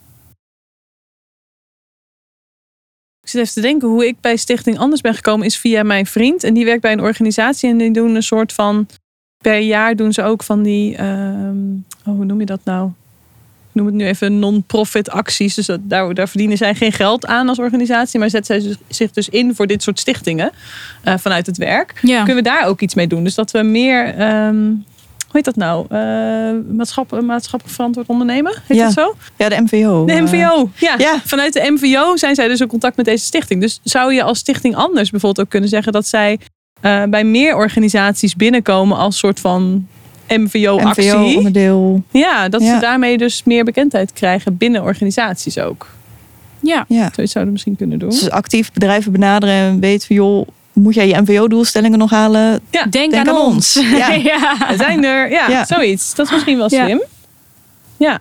Ik zit even te denken hoe ik bij Stichting Anders ben gekomen is via mijn vriend. En die werkt bij een organisatie en die doen een soort van... Per jaar doen ze ook van die... Um, oh, hoe noem je dat nou? Ik noem het nu even non-profit acties. Dus dat, daar, daar verdienen zij geen geld aan als organisatie. Maar zetten zij zich dus in voor dit soort stichtingen. Uh, vanuit het werk. Ja. Kunnen we daar ook iets mee doen? Dus dat we meer... Um, hoe heet dat nou? Uh, maatschappelijk, maatschappelijk verantwoord ondernemen? Heet Ja. dat zo? Ja, de M V O. De M V O, ja. Ja. Vanuit de M V O zijn zij dus in contact met deze stichting. Dus zou je als Stichting Anders bijvoorbeeld ook kunnen zeggen... dat zij uh, bij meer organisaties binnenkomen als soort van M V O-actie? M V O-onderdeel. Ja, dat Ja. ze daarmee dus meer bekendheid krijgen binnen organisaties ook. Ja. Ja. Zoiets zouden we misschien kunnen doen. Dus actief bedrijven benaderen en weten van joh, moet jij je M V O-doelstellingen nog halen? Ja, Denk, Denk aan, aan ons. ons. Ja. Ja. we zijn er. Ja, Ja. zoiets. Dat is misschien wel Ja. slim. Ja.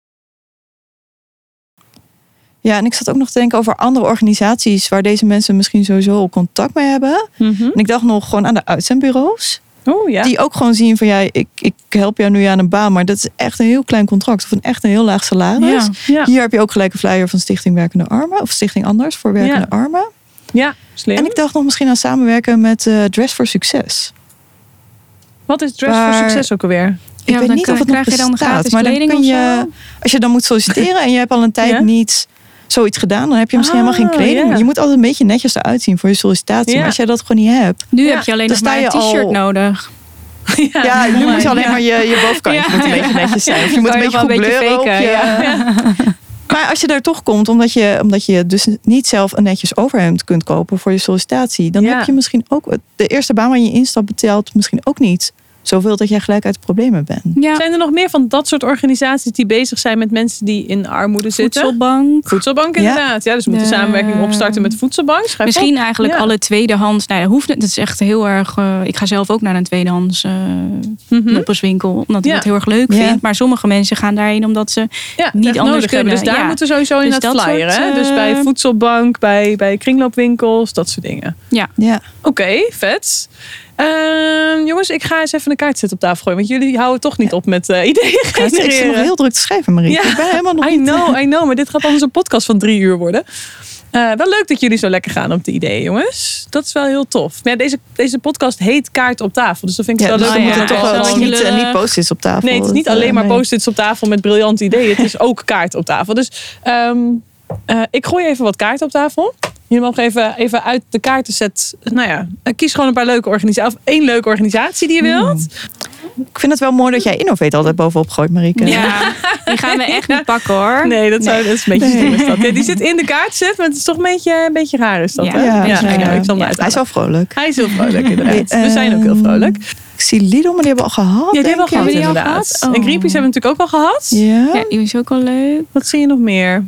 Ja, en ik zat ook nog te denken over andere organisaties waar deze mensen misschien sowieso al contact mee hebben. Mhm. En ik dacht nog gewoon aan de uitzendbureaus. Oeh, ja. Die ook gewoon zien van, ja, ik, ik help jou nu aan een baan. Maar dat is echt een heel klein contract. Of een echt een heel laag salaris. Ja. Ja. Hier heb je ook gelijk een flyer van Stichting Werkende Armen. Of Stichting Anders voor Werkende Ja. Armen. Ja, slim. En ik dacht nog misschien aan samenwerken met uh, Dress for Succes. Wat is Dress Waar- for Success ook alweer? Ik Ja, weet dan niet of het nog krijg je dan bestaat. gratis Maar dan kleding kun of je, zo? als je dan moet solliciteren en je hebt al een tijd Ja. niet zoiets gedaan, dan heb je misschien Ah, helemaal geen kleding. ja. Maar je moet altijd een beetje netjes eruit zien voor je sollicitatie. Ja. Maar als jij dat gewoon niet hebt, Nu Ja, heb je alleen dan nog maar sta een je t-shirt al- nodig. ja, nu mooi. moet je alleen Ja. maar je, je bovenkantje Ja. moet een beetje netjes zijn. Of je moet Kan een je beetje nog goed wel een beetje bleuren op faken, je. ja. Maar als je daar toch komt, omdat je, omdat je dus niet zelf een netjes overhemd kunt kopen voor je sollicitatie, dan Ja. heb je misschien ook de eerste baan waar je instapt betaalt misschien ook niet zoveel dat jij gelijk uit de problemen bent. Ja. Zijn er nog meer van dat soort organisaties die bezig zijn met mensen die in armoede zitten? Voedselbank. Voedselbank Ja. inderdaad. Ja, dus we moeten De- samenwerking opstarten met Voedselbank. Schrijf Misschien op. eigenlijk Ja. alle tweedehands. Nou, dat hoeft niet. Dat is echt heel erg. eh, ik ga zelf ook naar een tweedehands eh Mhm. nopperswinkel, omdat ik Ja. dat heel erg leuk Ja. vind. Maar sommige mensen gaan daarheen omdat ze Ja, niet echt anders nodig hebben. kunnen. Dus daar Ja. moeten we sowieso in Dus het dat flyeren. soort, hè? eh, Dus bij Voedselbank, bij, bij kringloopwinkels, dat soort dingen. Ja. Oké, vet. Ehm, jongens, ik ga eens even een kaart zetten op tafel gooien. Want jullie houden toch niet op met uh, ideeën Ik zit nog genereren. heel druk te schrijven, Marie. Ja. Ik ben helemaal nog I niet... know, I know. Maar dit gaat anders een podcast van drie uur worden. Uh, wel leuk dat jullie zo lekker gaan op de ideeën, jongens. Dat is wel heel tof. Maar ja, deze, deze podcast heet Kaart op tafel. Dus dat vind ik Ja, wel dus leuk dan om moet te het toch wel gewoon- niet, uh, niet post-its op tafel. Nee, het is niet Dat, uh, alleen maar nee. post-its op tafel met briljante ideeën. Het is ook kaart op tafel. Dus um, uh, ik gooi even wat kaarten op tafel. Je mag even, even uit de kaartenset. Nou ja, kies gewoon een paar leuke organisaties. Of één leuke organisatie die je wilt. Ik vind het wel mooi dat jij Innovate altijd bovenop gooit, Marieke. Ja, die gaan we echt niet pakken hoor. Nee, dat, zou, dat is een beetje Nee. stom is dat. Ja, die zit in de kaartset, maar het is toch een beetje, een beetje raar is dat. Ja. Hè? Ja, ja, ja, ik, ja. ik zal hem Ja. uithalen. Hij is wel vrolijk. Hij is heel vrolijk inderdaad. Nee, We zijn ook heel ehm, vrolijk. Ik zie Lidl, maar die hebben we al gehad. Ja, die hebben we al denk gehad ik. die al inderdaad. gehad? Oh. En Greenpeace hebben we natuurlijk ook al gehad. Ja. Ja, die is ook al leuk. Wat zie je nog meer?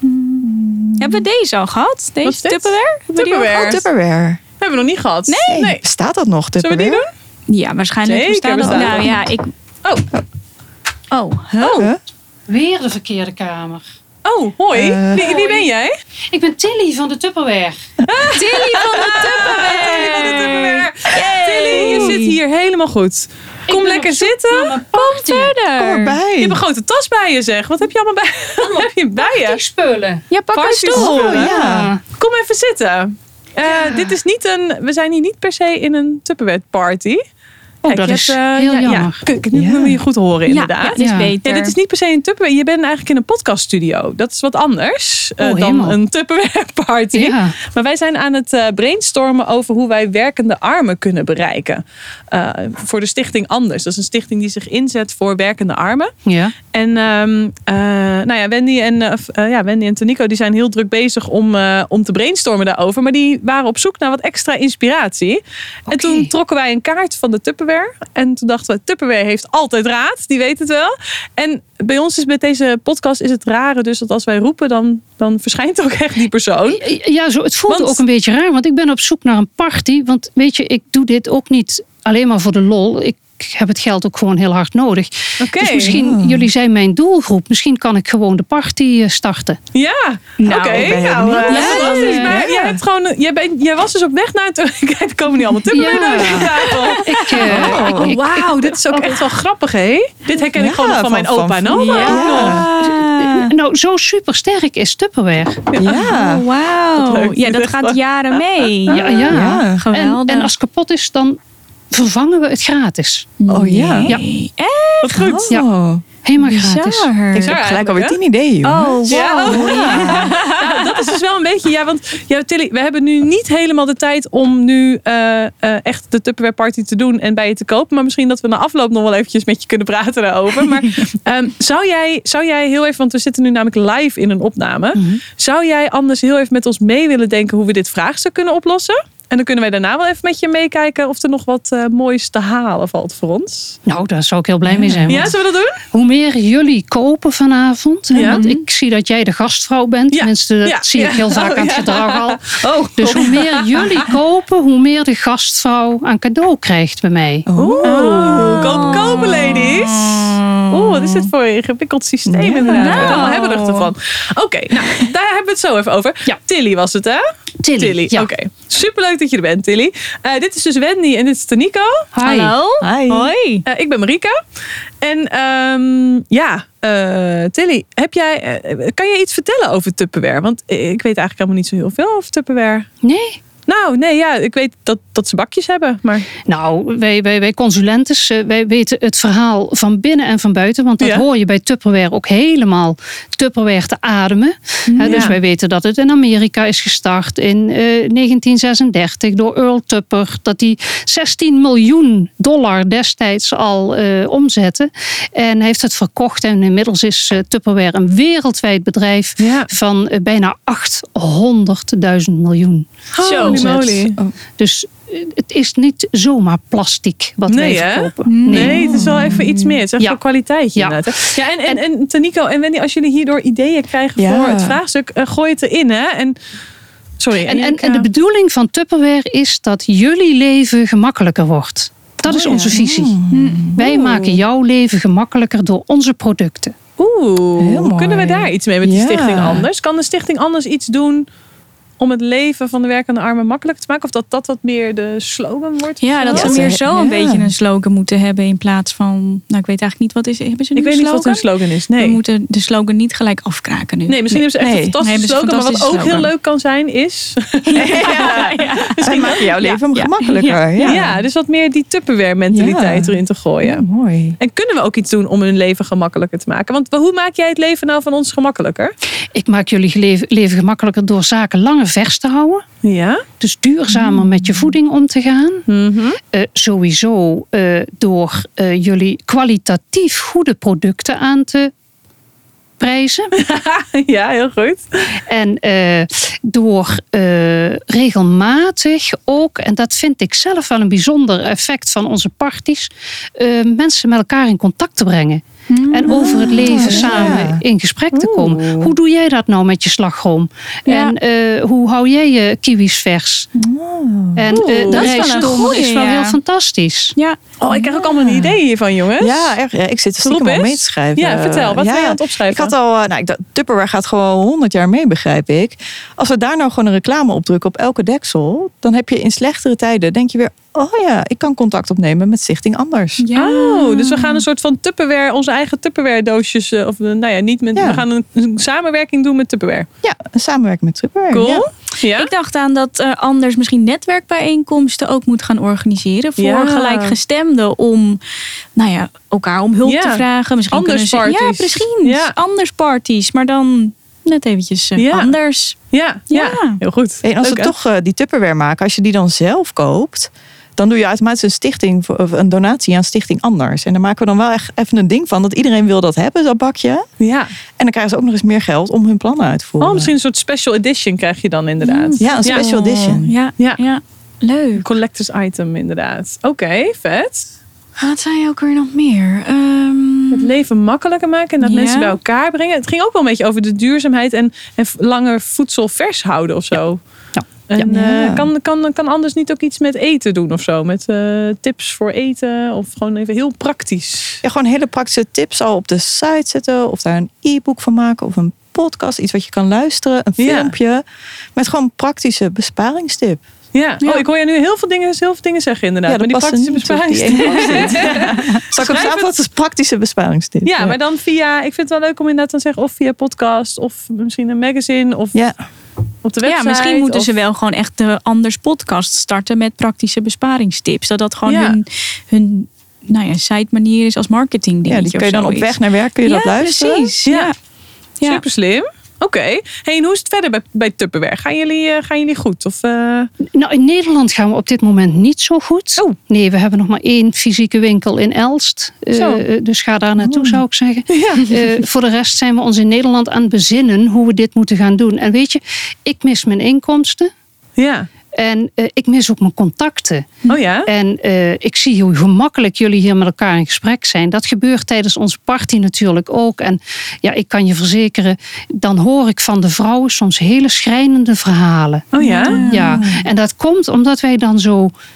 Hebben we deze al gehad? Wat is Deze dit? Tupperware? Hebben we die al Tupperware. Oh, Tupperware. We hebben we nog niet gehad. Nee. nee. Bestaat dat nog, Zullen we die Tupperware? doen? Ja, waarschijnlijk Zeker bestaan dat. bestaat Nou dat. ja, ik... Oh, Oh, huh? oh, Huh? Weer de verkeerde kamer. oh, hoi. Eh. wie, wie ben jij? Ik ben Tilly van de Tupperware. Tilly van de Tilly van de Tupperware. Yay. Tilly, je zit hier helemaal goed. Kom ben lekker op zoek zitten. naar mijn party. Verder. Kom erbij. Je hebt een grote tas bij je, zeg. Wat heb je allemaal bij, wat heb je bij je? Spullen. Ja, pak een Party stoel. spullen. Oh, ja. Kom even zitten. Uh, Dit is niet een, we zijn hier niet per se in een Tupperware party. Oh, Kijk, dat je is hebt, uh, heel ja, jammer. Ja. Kijk, nu Ja. moet je goed horen Ja, inderdaad. ja, dit is Ja. beter. Ja, dit is niet per se een Tupperware. Je bent eigenlijk in een podcaststudio. Dat is wat anders uh, Oh, dan hemel. een Tupperware party. Ja. Maar wij zijn aan het uh, brainstormen over hoe wij werkende armen kunnen bereiken. Uh, voor de stichting Anders. Dat is een stichting die zich inzet voor werkende armen. Ja. En um, uh, nou ja, Wendy en, uh, uh, ja, Wendy en Tonico die zijn heel druk bezig om, uh, om te brainstormen daarover. Maar die waren op zoek naar wat extra inspiratie. Okay. En toen trokken wij een kaart van de Tupperware. En toen dachten we, Tupperware heeft altijd raad. Die weet het wel. En bij ons is met deze podcast is het rare dus dat als wij roepen, dan, dan verschijnt ook echt die persoon. Ja, zo, het voelt Want- ook een beetje raar. Want ik ben op zoek naar een party. Want weet je, ik doe dit ook niet alleen maar voor de lol. Ik heb het geld ook gewoon heel hard nodig. Oké. Dus misschien, jullie zijn mijn doelgroep. Misschien kan ik gewoon de party eh, starten. Ja, Nou, oké. ik ben heel Nou, benieuwd. uh, Ja, fantastisch. ja. Maar jij, hebt gewoon, jij, bent, jij was dus op weg naar het... Kijk, er komen nu allemaal Tupperware Ja. nootjes op tafel. Ik, eh, ik- Oh, ik- wauw, dit is ook echt wel grappig, hè? Dit herken ik Ja, gewoon nog van van- mijn opa van en oma vroeger. ook nog. Ja. nou, zo super sterk is Tupperware. Ja. Oh, wauw. leuk. Ja, dat gaat jaren mee. Ja, ja. Ja. En, Geweldig. en als het kapot is, dan vervangen we het gratis. Oh ja. Ja. Wat goed. Ja. Oh. Helemaal gratis. Bizar. Ik heb gelijk eigenlijk, alweer hè? tien ideeën. Oh, jongens. Ja, wow. oh, ja. Nou, dat is dus wel een beetje... Ja, want ja, Tilly, we hebben nu niet helemaal de tijd om nu uh, uh, echt de Tupperware party te doen en bij je te kopen. Maar misschien dat we na afloop nog wel eventjes met je kunnen praten daarover. Maar um, zou, jij, zou jij heel even... Want we zitten nu namelijk live in een opname. Mm-hmm. Zou jij anders heel even met ons mee willen denken hoe we dit vraagstuk kunnen oplossen? En dan kunnen wij daarna wel even met je meekijken of er nog wat uh, moois te halen valt voor ons. Nou, daar zou ik heel blij mee zijn. Ja, want zullen we dat doen? hoe meer jullie kopen vanavond. hè, Ja. Want ik zie dat jij de gastvrouw bent. Ja. Tenminste, dat Ja. zie ik Ja. heel vaak Oh, aan het ja. gedrag al. Oh, Dus hoe meer jullie kopen, hoe meer de gastvrouw aan cadeau krijgt bij mij. Oeh, kopen, kopen, ladies. Oeh, wat is dit voor een ingewikkeld systeem Ja. inderdaad. We Nou. allemaal hebben er ervan. Oké, nou, daar hebben we het zo even over. Ja. Tilly was het, hè? Tilly. Tilly, ja. oké. Superleuk dat je er bent, Tilly. Uh, dit is dus Wendy en dit is Tanico. Hi. Hallo. Hi. Hoi. Uh, ik ben Marika. En um, ja, uh, Tilly, heb jij, uh, kan je iets vertellen over Tupperware? Want ik weet eigenlijk helemaal niet zo heel veel over Tupperware. Nee? Nou, nee, ja, ik weet dat, dat ze bakjes hebben, maar... Nou, wij, wij, wij consulentes, uh, wij weten het verhaal van binnen en van buiten. Want dat Ja. hoor je bij Tupperware ook helemaal Tupperware te ademen. Ja. Uh, dus wij weten dat het in Amerika is gestart in uh, negentien zesendertig door Earl Tupper. Dat die zestien miljoen dollar destijds al uh, omzette. En hij heeft het verkocht. En inmiddels is uh, Tupperware een wereldwijd bedrijf Ja. van uh, bijna achthonderdduizend miljoen. Holy omzet. moly. Dus het is niet zomaar plastic wat Nee, wij hè? verkopen. Nee, het is wel even iets meer. Het is echt Ja. een kwaliteitje. Ja. inderdaad, hè? Ja, en, en, en Tanico en Wendy, als jullie hierdoor ideeën krijgen Ja. voor het vraagstuk, uh, gooi het erin, hè? En, sorry. En, en, ik, en de uh, bedoeling van Tupperware is dat jullie leven gemakkelijker wordt. Dat is Oh, ja. onze visie. Wij Oeh. maken jouw leven gemakkelijker door onze producten. Oeh, Heel mooi. kunnen we daar iets mee met de Ja. Stichting Anders? Kan de Stichting Anders iets doen om het leven van de werkende armen makkelijker te maken? Of dat dat wat meer de slogan wordt? Ja, dat Of ze zo? meer zo een Ja. beetje een slogan moeten hebben in plaats van... Nou, ik weet eigenlijk niet wat is. Hebben ze nu Ik weet een niet slogan? wat hun slogan is. Nee. We moeten de slogan niet gelijk afkraken nu. Nee, misschien hebben ze echt Nee. een fantastische Nee, hebben ze slogan. een Maar wat ook fantastische heel slogan. leuk kan zijn is... Ja. Misschien maak je jouw leven Ja. gemakkelijker. Ja. Ja, dus wat meer die Tupperware mentaliteit Ja. erin te gooien. Ja, mooi. En kunnen we ook iets doen om hun leven gemakkelijker te maken? Want hoe maak jij het leven nou van ons gemakkelijker? Ik maak jullie leven, leven gemakkelijker door zaken langer vers te houden. Ja. Dus duurzamer met je voeding om te gaan. Mhm. Uh, sowieso uh, door uh, jullie kwalitatief goede producten aan te prijzen. Ja, heel goed. En uh, door uh, regelmatig ook, en dat vind ik zelf wel een bijzonder effect van onze parties, uh, mensen met elkaar in contact te brengen. En over het leven ja. samen in gesprek te komen. Oeh. Hoe doe jij dat nou met je slagroom? Ja. En uh, hoe hou jij je kiwis vers? En uh, Oeh, de dat is wel een rijststomer goeie, is wel ja. heel fantastisch. Ja. Oh, ik krijg ook allemaal ideeën hiervan, jongens. Ja, echt, ja, ik zit er stiekem Roep al eens. mee te schrijven. Ja, vertel. Wat Ja. ben je aan het opschrijven? Ik had al, eh, nou, ik dacht, Tupperware gaat gewoon honderd jaar mee, begrijp ik. Als we daar nou gewoon een reclame op drukken op elke deksel, dan heb je in slechtere tijden, denk je weer, oh ja, ik kan contact opnemen met Stichting Anders. Ja. Oh, dus we gaan een soort van Tupperware, onze eigen Tupperware doosjes, uh, of uh, nou ja, niet met, Ja. we gaan een, een samenwerking doen met Tupperware. Ja, een samenwerking met Tupperware. Cool. Ja. Ja. Ik dacht aan dat uh, Anders misschien netwerkbijeenkomsten ook moet gaan organiseren voor Ja. gelijkgestemden om, nou ja, elkaar om hulp Ja. te vragen. Misschien Anders kunnen ze, ja, parties. precies. Ja. Anders parties, maar dan net eventjes uh, Ja. anders. Ja, ja. Ja. heel goed. En als Leuk, we hè? toch uh, die Tupperware maken, als je die dan zelf koopt, dan doe je automatisch een stichting voor- of een donatie aan Stichting Anders. En daar maken we dan wel echt even een ding van dat iedereen wil dat hebben, dat bakje. Ja. En dan krijgen ze ook nog eens meer geld om hun plannen uit te voeren. Oh, misschien een soort special edition krijg je dan inderdaad. Ja, een special edition. Ja, Ja. ja. Leuk. Collectors item inderdaad. Oké, vet. Wat zei je ook weer nog meer? Ehm, Het leven makkelijker maken en dat Ja. mensen bij elkaar brengen. Het ging ook wel een beetje over de duurzaamheid en, en f- langer voedsel vers houden of zo. Ja. En Ja. eh, kan, kan, kan Anders niet ook iets met eten doen of zo? Met eh, tips voor eten of gewoon even heel praktisch. Ja, gewoon hele praktische tips al op de site zetten. Of daar een e-book van maken of een podcast. Iets wat je kan luisteren. Een Ja. filmpje. Met gewoon praktische besparingstip. Ja. Ja. Oh, ik hoor je nu heel veel dingen, heel veel dingen zeggen inderdaad. Ja, maar dat die past praktische niet op die besparingstips. ene post-it. Zal ik hem Schrijf samenvatten als praktische besparingstip? Ja, maar dan via, ik vind het wel leuk om inderdaad te zeggen, of via podcast, of misschien een magazine, of Ja, op de website. ja, misschien moeten of- ze wel gewoon echt de Anders podcast starten met praktische besparingstips. Dat dat gewoon Ja. hun, hun nou ja, site manier is als marketing ja, die kun je dan op weg naar werk kun je ja, dat luisteren. Precies. Ja. Ja. Ja. Super slim. Oké. Hey, en hoe is het verder bij, bij Tupperware? Gaan jullie, eh, gaan jullie goed? Of, eh, Nou, in Nederland gaan we op dit moment niet zo goed. Oh. Nee, we hebben nog maar één fysieke winkel in Elst. Uh, Zo. uh, dus ga daar naartoe, zou ik zeggen. Ja. Uh, voor de rest zijn we ons in Nederland aan het bezinnen hoe we dit moeten gaan doen. En weet je, ik mis mijn inkomsten. Ja. En uh, ik mis ook mijn contacten. Oh ja? En uh, ik zie hoe gemakkelijk jullie hier met elkaar in gesprek zijn. Dat gebeurt tijdens onze party natuurlijk ook. En ja, ik kan je verzekeren, dan hoor ik van de vrouwen soms hele schrijnende verhalen. Oh ja? Ja, en dat komt omdat wij dan zo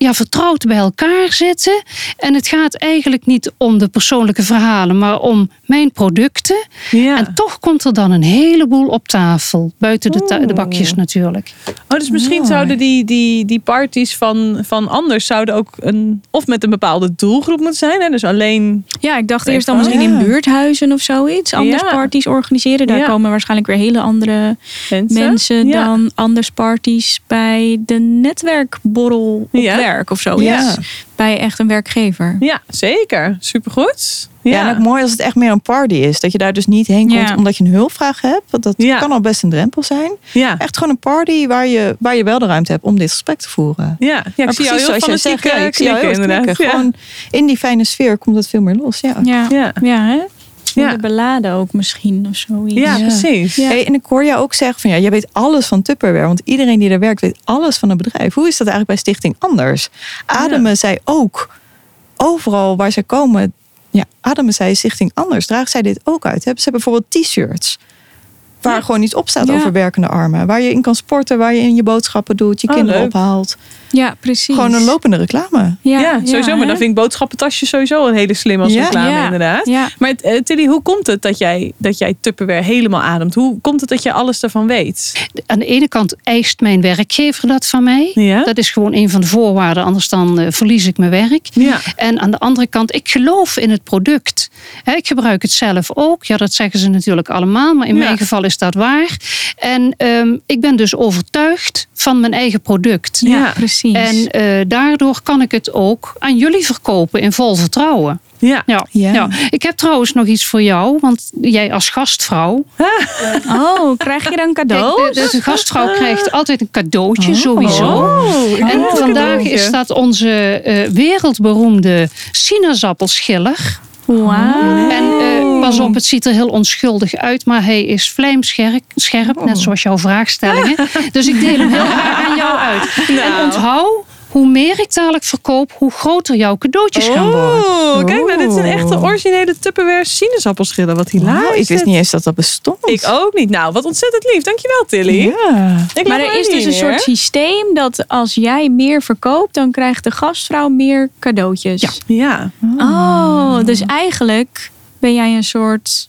ja, vertrouwd bij elkaar zitten. En het gaat eigenlijk niet om de persoonlijke verhalen, maar om mijn producten. Ja. En toch komt er dan een heleboel op tafel. Buiten de, ta- de bakjes natuurlijk. Oh, dus misschien Mooi. zouden die, die, die parties van, van Anders zouden ook een, of met een bepaalde doelgroep moeten zijn. Hè? Dus alleen. Ja, ik dacht Weet eerst dan wel. misschien Ja. in buurthuizen of zoiets. Anders Ja. parties organiseren. Daar Ja. komen waarschijnlijk weer hele andere Mensen, mensen Ja. dan anders parties bij de netwerkborrel op Ja. werk of zoiets. Ja. Bij echt een werkgever. Ja, zeker. Supergoed. Ja, Ja, en ook mooi als het echt meer een party is. Dat je daar dus niet heen komt Ja. omdat je een hulpvraag hebt. Want dat Ja. kan al best een drempel zijn. ja. Echt gewoon een party waar je, waar je wel de ruimte hebt om dit gesprek te voeren. Ja, ja, ik Maar zie jou heel zoals jij fanatiek zegt, ja, eh, ik zie jou heel knikken, erg inderdaad. knikken. Ja. Gewoon in die fijne sfeer komt het veel meer los. Ja. Ja, ja. Ja. hè? Ja. Minder beladen ook misschien of zoiets. Ja, Ja. precies. Ja. Hey, en ik hoor jou ook zeggen van ja, jij weet alles van Tupperware. Want iedereen die er werkt weet alles van het bedrijf. Hoe is dat eigenlijk bij Stichting Anders? Ademen zij ook overal waar ze komen. Ja, ademen zij Stichting Anders. Dragen zij dit ook uit? Hebben ze bijvoorbeeld t-shirts? Waar Ja. gewoon iets op staat Ja. over werkende armen. Waar je in kan sporten, waar je in je boodschappen doet, je Oh, kinderen leuk. ophaalt. Ja, precies. Gewoon een lopende reclame. Ja, sowieso. hè? Maar dan vind ik boodschappentasjes sowieso een hele slim als Ja. reclame, Ja. inderdaad. Ja. Maar eh, Tilly, hoe komt het dat jij, dat jij Tupperware helemaal ademt? Hoe komt het dat jij alles ervan weet? Aan de ene kant eist mijn werkgever dat van mij. Ja. Dat is gewoon een van de voorwaarden, anders dan eh, verlies ik mijn werk. Ja. En aan de andere kant, ik geloof in het product. Hè, ik gebruik het zelf ook. Ja, dat zeggen ze natuurlijk allemaal, maar in Ja. mijn geval is dat waar. En ehm, ik ben dus overtuigd van mijn eigen product. Ja, Ja. precies. En eh, daardoor kan ik het ook aan jullie verkopen in vol vertrouwen. Ja. Ja, Ja. ja. Ik heb trouwens nog iets voor jou, want jij als gastvrouw. Oh, krijg je dan Kijk, cadeaus? de, de, de gastvrouw krijgt altijd een cadeautje, sowieso. Oh, ik En wil een vandaag cadeautje. is dat onze eh, wereldberoemde sinaasappelschiller. Wauw. En eh, pas op, het ziet er heel onschuldig uit, maar hij is vlijmscherp, scherp, net zoals jouw vraagstellingen. Dus ik deel hem heel graag aan jou uit. En onthoud, hoe meer ik dadelijk verkoop, hoe groter jouw cadeautjes gaan worden. Oh, kijk nou, dit zijn echt de originele Tupperware sinaasappelschillen. Wat hilarisch. Wauw, ik dit. wist niet eens dat dat bestond. Ik ook niet. Nou, wat ontzettend lief. Dankjewel, Tilly. Ja. Ik Maar laat er is dus zien, een soort hè? systeem dat als jij meer verkoopt, dan krijgt de gastvrouw meer cadeautjes. Ja. Ja. Oh, dus eigenlijk ben jij een soort.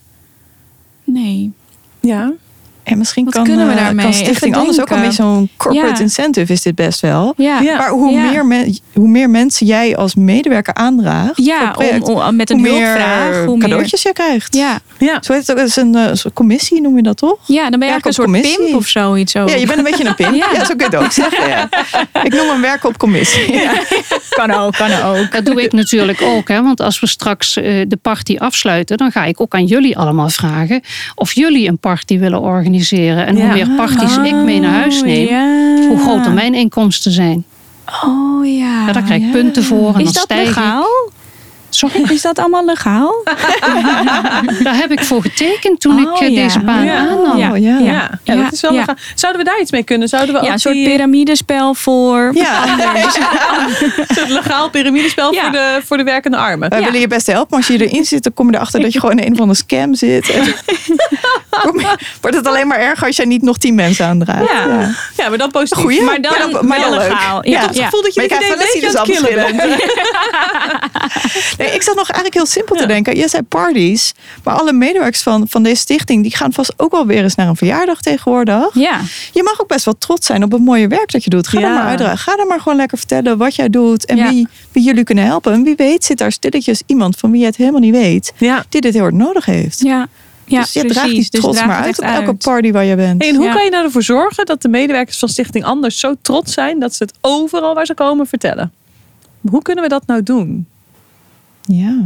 Nee. Ja. En misschien Wat kan, kunnen we eh, daarmee? kan Stichting Even Anders ook een denken. beetje zo'n corporate Ja. incentive is dit best wel. Ja. Ja. Maar hoe, Ja. meer men- hoe meer mensen jij als medewerker aandraagt voor Ja, het project, om, om- met een hoe meer hulpvraag. Hoe cadeautjes je krijgt. meer. Ja. Ja. Zo heet het ook. Het is een eh, soort commissie, noem je dat toch? ja, dan ben je Werk eigenlijk een op soort commissie. pimp of zoiets. Ook. Ja, je bent een beetje een pimp. Ja. Ja, zo kun je het ook zeggen. Ja. Ik noem hem werken op commissie. Kan ook, kan ook. Dat doe ik natuurlijk ook. Hè? Want als we straks eh, de party afsluiten, dan ga ik ook aan jullie allemaal vragen of jullie een party willen organiseren. En Ja. hoe meer parties ik mee naar huis neem, Oh, ja. hoe groter mijn inkomsten zijn. Oh ja. Ja, daar krijg ik punten voor en Is dan dat stijg ik. legaal? Sorry, Is dat allemaal legaal? daar heb ik voor getekend toen ik Oh, eh, ja. deze baan Ja. aannam. Oh, Ja. ja. Ja. Ja, dat is wel Ja. legaal. Zouden we daar iets mee kunnen? Zouden we Ja, ook een soort die- piramidespel voor Ja. een soort legaal piramidespel Ja. voor, de, voor de werkende armen? Wij Ja. willen je best helpen, maar als je erin zit, dan kom je erachter dat je gewoon in een van de scam zit. En kom je- wordt het alleen maar erger als jij niet nog tien mensen aandraagt. Ja. Ja. Ja, maar dan positief. Goeie. Maar dan, Ja, maar wel dan leuk. legaal. Ja. Ik heb het gevoel dat je Maar je dit idee krijgt een beetje wel aan het killen bent. Nee, ik zat nog eigenlijk heel simpel Ja. te denken. Jij zei parties, maar alle medewerkers van, van deze stichting, die gaan vast ook wel weer eens naar een verjaardag tegenwoordig. Ja. Je mag ook best wel trots zijn op het mooie werk dat je doet. Ga Ja. er maar uitdragen. Ga er maar gewoon lekker vertellen wat jij doet en Ja. wie, wie jullie kunnen helpen. En wie weet zit daar stilletjes iemand van wie je het helemaal niet weet, Ja. die dit heel hard nodig heeft. Ja. Ja, dus je precies. draagt die Dus trots draag maar het uit op echt elke uit. party waar je bent. Hey, en hoe Ja. kan je nou ervoor zorgen dat de medewerkers van Stichting Anders zo trots zijn dat ze het overal waar ze komen vertellen? Hoe kunnen we dat nou doen? Ja.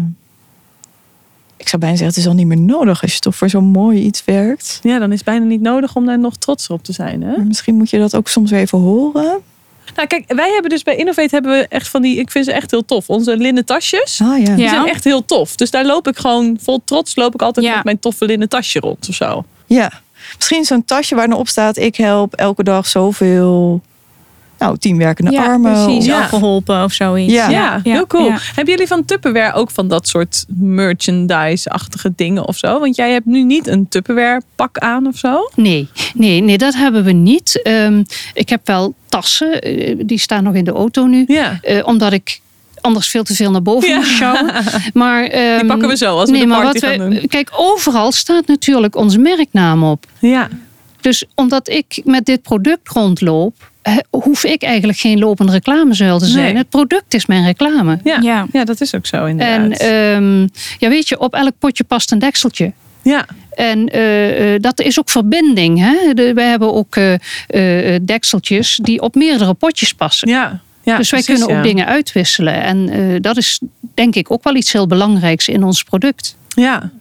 Ik zou bijna zeggen, het is al niet meer nodig als je toch voor zo'n mooi iets werkt. Ja, dan is het bijna niet nodig om daar nog trots op te zijn. Hè? Maar misschien moet je dat ook soms weer even horen. Nou, kijk, wij hebben dus bij Innovate hebben we echt van die, ik vind ze echt heel tof. Onze linnen tasjes. Ah ja. Die Ja. zijn echt heel tof. Dus daar loop ik gewoon vol trots loop ik altijd Ja. met mijn toffe linnen tasje rond of zo. Ja. Misschien zo'n tasje waar dan op staat, ik help elke dag zoveel nou, tien werkende Ja, armen. precies. Of- Ja. Afgeholpen of zoiets. Ja. Ja, Ja, heel cool. ja. Hebben jullie van Tupperware ook van dat soort merchandise-achtige dingen of zo? Want jij hebt nu niet een Tupperware pak aan of zo? Nee, nee, nee, dat hebben we niet. Um, ik heb wel tassen, uh, die staan nog in de auto nu. Ja. Uh, omdat ik anders veel te veel naar boven Ja. moest sjouwen. Maar, um, Die pakken we zo als we nee, de maar party wat gaan we, doen. Kijk, overal staat natuurlijk onze merknaam op. Ja. Dus omdat ik met dit product rondloop, eh, hoef ik eigenlijk geen lopende reclamezuil te zijn. Nee. Het product is mijn reclame. Ja. Ja. Ja. dat is ook zo En inderdaad. um, ja, weet je, op elk potje past een dekseltje. ja. En uh, uh, dat is ook verbinding. Hè? De, wij hebben ook uh, uh, dekseltjes die op meerdere potjes passen. Ja. Ja, dus wij precies, kunnen ook ja. dingen uitwisselen. En uh, dat is denk ik ook wel iets heel belangrijks in ons product. Ja.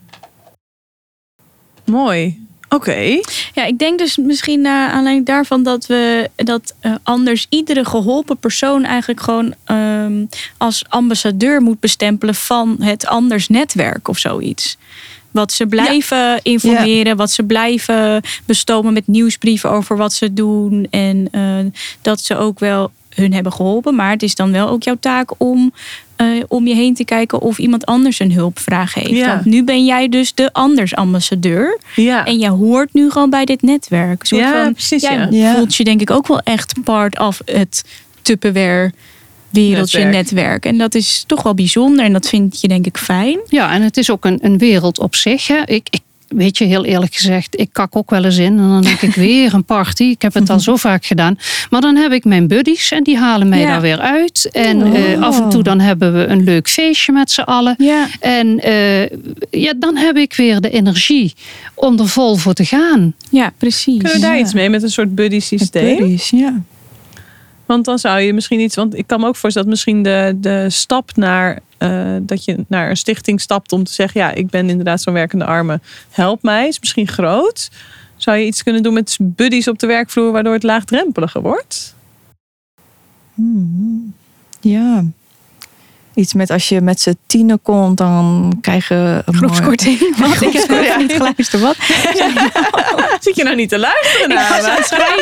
Mooi. Oké. Ja, ik denk dus misschien naar aanleiding daarvan dat we dat uh, anders iedere geholpen persoon eigenlijk gewoon um, als ambassadeur moet bestempelen van het Anders netwerk of zoiets. Wat ze blijven informeren, ja. wat ze blijven bestomen met nieuwsbrieven over wat ze doen. En uh, dat ze ook wel hun hebben geholpen. Maar het is dan wel ook jouw taak om uh, om je heen te kijken of iemand anders een hulpvraag heeft. Ja. Want nu ben jij dus de Anders ambassadeur. Ja. En jij hoort nu gewoon bij dit netwerk. Een soort Ja, van, precies, jij ja. Ja. voelt je denk ik ook wel echt part of het Tupperware wereldje Netwerk. netwerk. En dat is toch wel bijzonder. En dat vind je denk ik fijn. Ja, en het is ook een, een wereld op zich. Hè. Ik, ik weet je, heel eerlijk gezegd, ik kak ook wel eens in. En dan denk ik weer een party. Ik heb het al zo vaak gedaan. Maar dan heb ik mijn buddies en die halen mij Ja. daar weer uit. En Oh. eh, af en toe dan hebben we een leuk feestje met z'n allen. Ja. En eh, ja, dan heb ik weer de energie om er vol voor te gaan. Ja, precies. Kunnen we daar Ja. iets mee met een soort buddy Met systeem? buddies, ja. Want dan zou je misschien iets... Want ik kan me ook voorstellen dat misschien de, de stap naar... Uh, dat je naar een stichting stapt om te zeggen... ja, ik ben inderdaad zo'n werkende arme. Help mij, is misschien groot. Zou je iets kunnen doen met buddies op de werkvloer... waardoor het laagdrempeliger wordt? Hmm. Ja. Iets met als je met z'n tienen komt, dan krijg je een Groepskorting. Wat? Ik heb even niet geluisterd. Wat? Zit je nou niet te luisteren naar me?